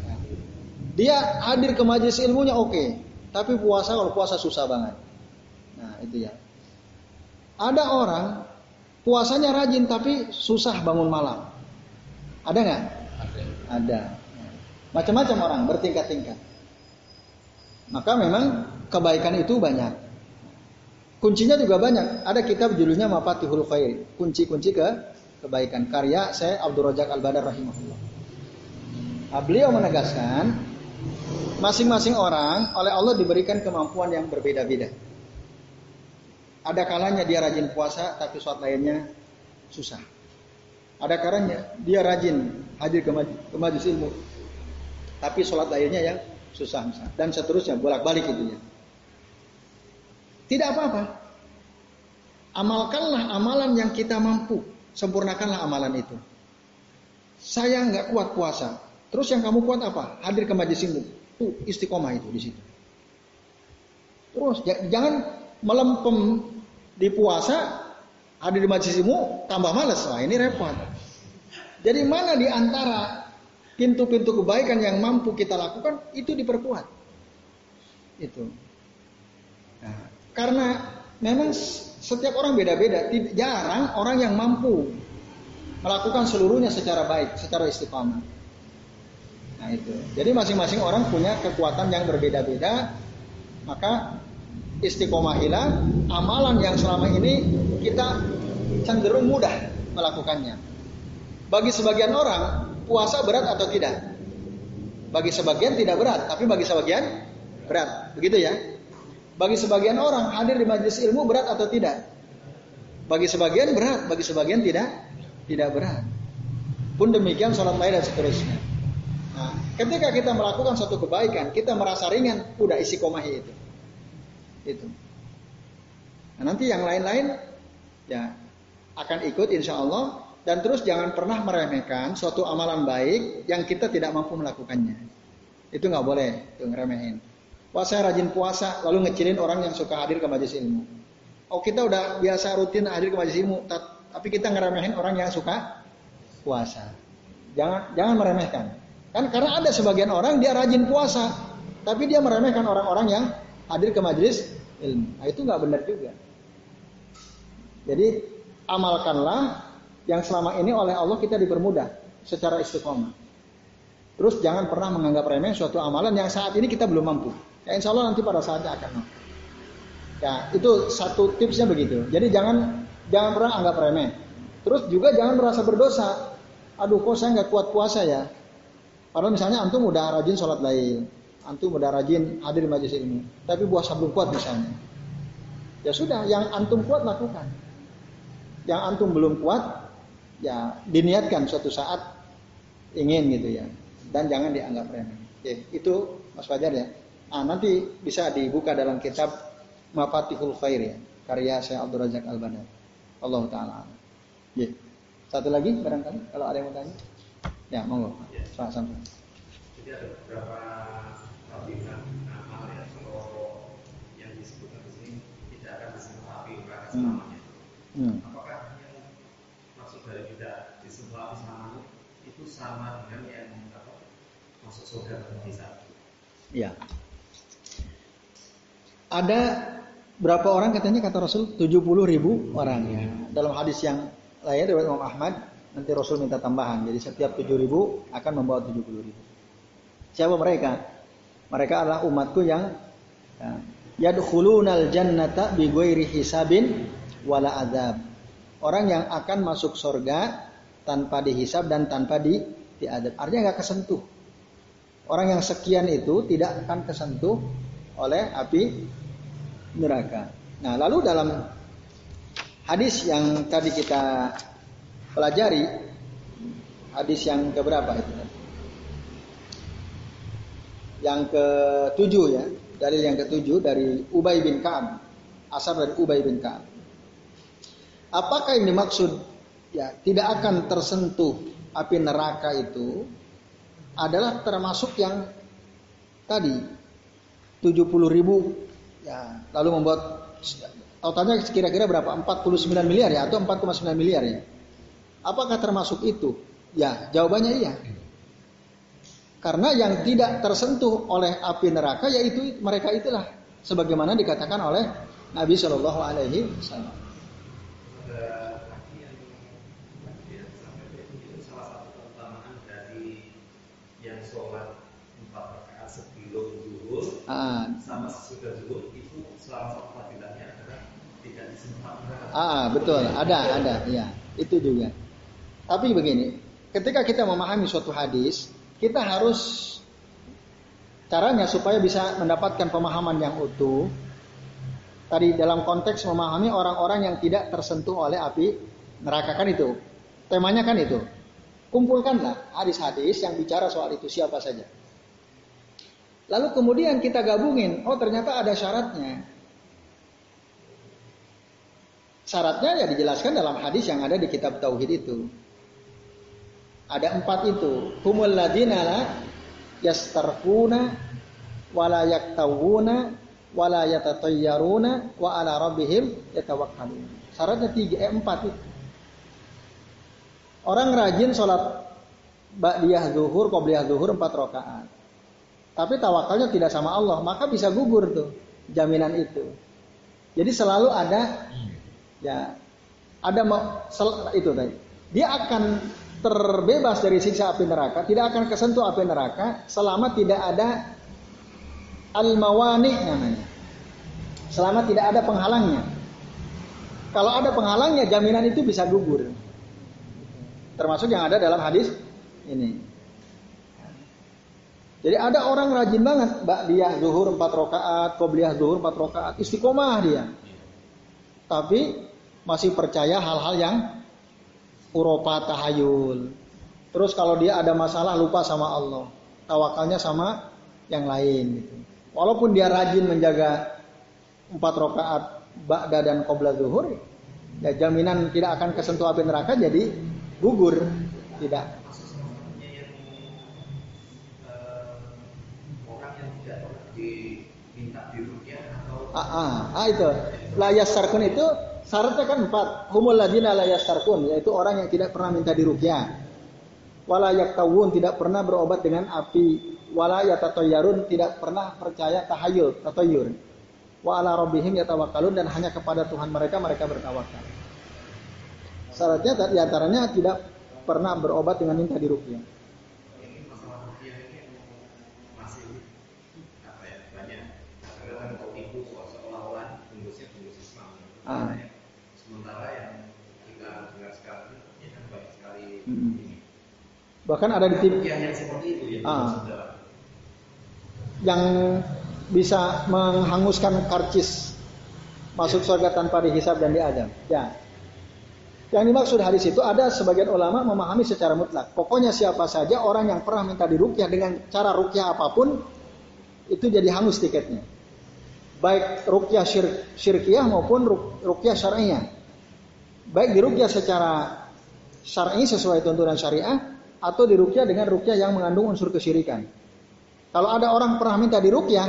dia hadir ke majelis ilmunya oke, tapi puasa, kalau puasa susah banget. Nah itu ya. Ada orang puasanya rajin tapi susah bangun malam. Ada nggak? Ada. Macam-macam orang bertingkat-tingkat. Maka memang kebaikan itu banyak. Kuncinya juga banyak. Ada kitab judulnya Mafatihul Khair, kunci-kunci kebaikan, karya Syekh Abdul Razak Al-Badar rahimahullah. Nah, beliau menegaskan Masing-masing orang oleh Allah diberikan kemampuan yang berbeda-beda. Ada kalanya dia rajin puasa tapi sholat lainnya susah. Ada kalanya dia rajin hadir ke majelis ilmu tapi sholat lainnya yang susah misalnya. Dan seterusnya bolak-balik itu ya. Tidak apa-apa. Amalkanlah amalan yang kita mampu. Sempurnakanlah amalan itu. Saya nggak kuat puasa. Terus yang kamu kuat apa? Hadir ke majelis ilmu. Tuh istiqomah itu di situ. Terus jangan melempem di puasa, hadir di majelis ilmu, tambah malas. Wah ini repot. Jadi mana di antara pintu-pintu kebaikan yang mampu kita lakukan itu diperkuat. Itu. Nah, karena memang setiap orang beda-beda. Jarang orang yang mampu melakukan seluruhnya secara baik, secara istiqamah. Nah itu. Jadi masing-masing orang punya kekuatan yang berbeda-beda. Maka istiqomahilah amalan yang selama ini kita cenderung mudah melakukannya. Bagi sebagian orang puasa berat atau tidak? Bagi sebagian tidak berat, tapi bagi sebagian berat. Begitu ya? Bagi sebagian orang hadir di majelis ilmu berat atau tidak? Bagi sebagian berat, bagi sebagian tidak berat. Pun demikian sholat lain dan seterusnya. Nah, ketika kita melakukan suatu kebaikan, kita merasa ringan, udah istiqomahi itu. Itu. Nah, nanti yang lain-lain ya akan ikut insya Allah. Dan terus jangan pernah meremehkan suatu amalan baik yang kita tidak mampu melakukannya. Itu nggak boleh, itu ngeremehin. Wah saya rajin puasa, lalu ngecilin orang yang suka hadir ke majelis ilmu. Oh kita udah biasa rutin hadir ke majelis ilmu, tapi kita ngeremehin orang yang suka puasa. Jangan meremehkan. Kan karena ada sebagian orang dia rajin puasa, tapi dia meremehkan orang-orang yang hadir ke majelis ilmu. Nah itu nggak benar juga. Jadi amalkanlah yang selama ini oleh Allah kita dipermudah secara istiqomah. Terus jangan pernah menganggap remeh suatu amalan yang saat ini kita belum mampu. Ya insya Allah nanti pada saatnya akan mampu. Ya itu satu tipsnya begitu. Jadi jangan pernah anggap remeh. Terus juga jangan merasa berdosa. Aduh kok saya nggak kuat puasa ya. Padahal misalnya antum udah rajin sholat lail, antum udah rajin hadir di majelis ilmu, tapi puasa belum kuat misalnya. Ya sudah, yang antum kuat lakukan. Yang antum belum kuat, ya diniatkan suatu saat ingin gitu ya, dan jangan dianggap remeh. Oke, itu Mas Fajar ya. Nanti bisa dibuka dalam kitab Mafatihul Khair ya, karya Syekh Abdul Razak Al-Badar. Allah Taala. Ya. Satu lagi barangkali kalau ada yang mau tanya. Ya monggo. Sampai.
Jadi ada beberapa tabiat amal ya kalau yang disebutkan di sini tidak akan disembah api neraka selamanya. Apakah yang maksud dari tidak disembah api selamanya itu sama dengan yang masuk surga tanpa hisab?
Iya. Ada berapa orang katanya kata Rasul 70.000 orang ya. Dalam hadis yang lain riwayat Imam Ahmad nanti Rasul minta tambahan. Jadi setiap 7.000 akan membawa 70.000. Siapa mereka? Mereka adalah umatku yang yadkhulunal jannata bighairi hisabin wala adzab. Orang yang akan masuk surga tanpa dihisab dan tanpa diadab. Artinya enggak kesentuh. Orang yang sekian itu tidak akan kesentuh oleh api neraka. Nah, lalu dalam hadis yang tadi kita pelajari, hadis yang keberapa itu? Yang ke-7 ya, dalil yang ke-7 dari Ubay bin Ka'ab, asar dari Ubay bin Ka'ab. Apakah yang dimaksud ya tidak akan tersentuh api neraka itu adalah termasuk yang tadi 70.000 ya, lalu membuat totalnya kira-kira berapa? 49 miliar ya atau 4,9 miliar ya. Apakah termasuk itu? Ya, jawabannya iya. Karena yang tidak tersentuh oleh api neraka yaitu mereka itulah sebagaimana dikatakan oleh Nabi Shallallahu alaihi wasallam.
Ada lagi yang sampai itu salah satu keutamaan dari yang sholat 4 rakaat sebelum zuhur sama sesudah zuhur itu salah satu fadilahnya adalah tidak disembah neraka.
Betul, ada, ya, itu juga. Tapi begini, ketika kita memahami suatu hadis, kita harus Caranya supaya bisa mendapatkan pemahaman yang utuh. Tadi dalam konteks memahami orang-orang yang tidak tersentuh oleh api neraka kan itu. Temanya kan itu. Kumpulkanlah hadis-hadis yang bicara soal itu siapa saja. Lalu kemudian kita gabungin, oh ternyata ada syaratnya. Syaratnya ya dijelaskan dalam hadis yang ada di kitab Tauhid itu. Ada 4 itu. Humul ladzina la yastarquna wala yaktawuna wala yatatayyaruna wa ala rabbihim yatawakkalun. Syaratnya 4 itu. Orang rajin sholat ba'diyah zuhur, qobliyah zuhur 4 rakaat. Tapi tawakalnya tidak sama Allah, maka bisa gugur tuh jaminan itu. Jadi selalu ada itu tadi. Dia akan terbebas dari siksa api neraka, tidak akan kesentuh api neraka selama tidak ada al-mawani namanya. Selama tidak ada penghalangnya. Kalau ada penghalangnya, jaminan itu bisa gugur. Termasuk yang ada dalam hadis ini. Jadi ada orang rajin banget, ba'diyah zuhur 4 rakaat, qobliyah zuhur 4 rakaat, istiqomah dia. Tapi masih percaya hal-hal yang uropa tahayul. Terus kalau dia ada masalah lupa sama Allah, tawakalnya sama yang lain gitu. Walaupun dia rajin menjaga 4 rakaat ba'da dan qobla zuhur, ya jaminan tidak akan kesentuh api neraka jadi gugur, tidak. Itu la yastarqun itu syaratnya kan 4. Humul ladzina la yastarqun, yaitu orang yang tidak pernah minta diruqyah. Wala yaktawun, tidak pernah berobat dengan api. Wala yatatayyarun, tidak pernah percaya tahayul, tatayyur. Wa ala rabbihim yatawakkalun, dan hanya kepada Tuhan mereka bertawakal. Syaratnya di antaranya tidak pernah berobat dengan minta diruqyah.
Sementara yang kita dengar sekarang ini kan banyak sekali
bahkan ada di TV
yang seperti itu
yang bisa menghanguskan karcis masuk surga tanpa dihisab dan diadab. Ya. Yang dimaksud hadis itu ada sebagian ulama memahami secara mutlak. Pokoknya siapa saja orang yang pernah minta diruqyah dengan cara ruqyah apapun itu jadi hangus tiketnya. Baik ruqyah syirkiyah maupun ruqyah syar'iyah. Baik diruqyah secara syar'i sesuai tuntunan syariah atau diruqyah dengan ruqyah yang mengandung unsur kesyirikan. Kalau ada orang pernah minta diruqyah,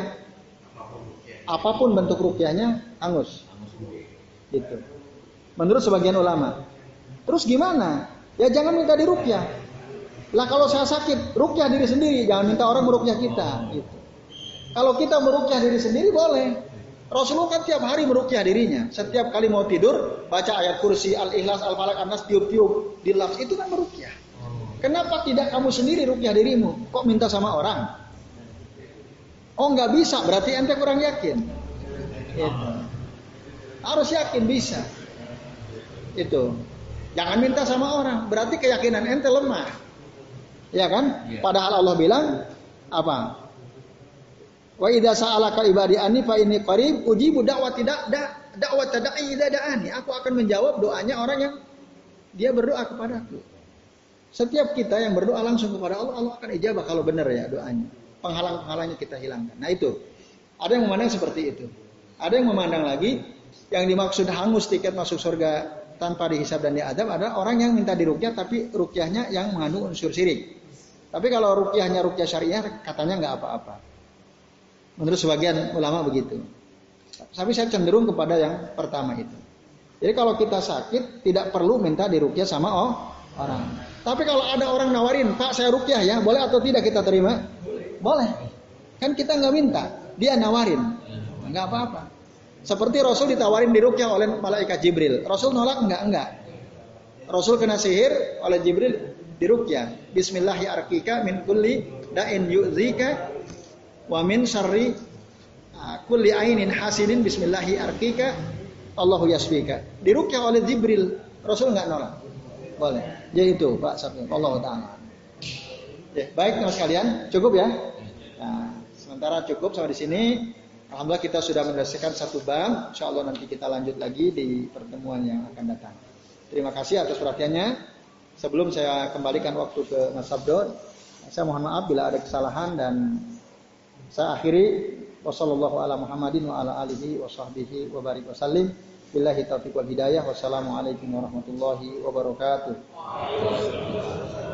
apapun bentuk ruqyahnya hangus. Gitu. Menurut sebagian ulama. Terus gimana? Ya jangan minta diruqyah. Lah kalau saya sakit, ruqyah diri sendiri, jangan minta orang meruqyah kita, gitu. Kalau kita meruqyah diri sendiri boleh. Rasulullah kan tiap hari meruqyah dirinya. Setiap kali mau tidur, baca ayat kursi, al-ikhlas, al-falak, an-nas, tiup-tiup, dilafz. Itu kan meruqyah. Kenapa tidak kamu sendiri ruqyah dirimu? Kok minta sama orang? Oh nggak bisa, berarti ente kurang yakin. Itu. Harus yakin bisa. Itu. Jangan minta sama orang, berarti keyakinan ente lemah. Ya kan? Padahal Allah bilang apa? Wa idza sa'alaka ibadi anni fa inni qarib ujibu da'wati da'wat da'i idza da'ani. Aku akan menjawab doanya orang yang dia berdoa kepadaku. Setiap kita yang berdoa langsung kepada Allah, Allah akan ijabah kalau benar ya doanya. Penghalang-penghalangnya kita hilangkan. Nah itu. Ada yang memandang seperti itu. Ada yang memandang lagi yang dimaksud hangus tiket masuk surga tanpa dihisab dan diadab ada orang yang minta diruqyah tapi ruqyahnya yang mengandung unsur syirik. Tapi kalau ruqyahnya ruqyah syariah katanya nggak apa-apa. Menurut sebagian ulama begitu. Tapi saya cenderung kepada yang pertama itu. Jadi kalau kita sakit tidak perlu minta diruqyah sama orang. Tapi kalau ada orang nawarin, Pak saya ruqyah ya, boleh atau tidak kita terima? Boleh. Kan kita nggak minta, dia nawarin, nggak apa-apa. Seperti Rasul ditawarin diruqyah oleh malaikat Jibril. Rasul nolak enggak. Rasul kena sihir oleh Jibril diruqyah. Bismillahirrahmanirrahim min kulli da'in yu'dzika wa min syarri kulli ainin hasidin bismillahirrahmanirrahim Allahu yasfika. Diruqyah oleh Jibril. Rasul enggak nolak. Boleh. Jadi itu Pak Sabtu. Allah Ta'ala. Ya, baik teman sekalian, cukup ya. Nah, sementara cukup sampai di sini. Alhamdulillah kita sudah menyelesaikan satu bab. Insyaallah nanti kita lanjut lagi di pertemuan yang akan datang. Terima kasih atas perhatiannya. Sebelum saya kembalikan waktu ke Mas Sabdo, saya mohon maaf bila ada kesalahan dan saya akhiri. Wassallallahu ala Muhammadin wa ala alihi wa sahbihi wa barik wa sallim. Billahi taufiq wal hidayah. Wassalamualaikum warahmatullahi wabarakatuh.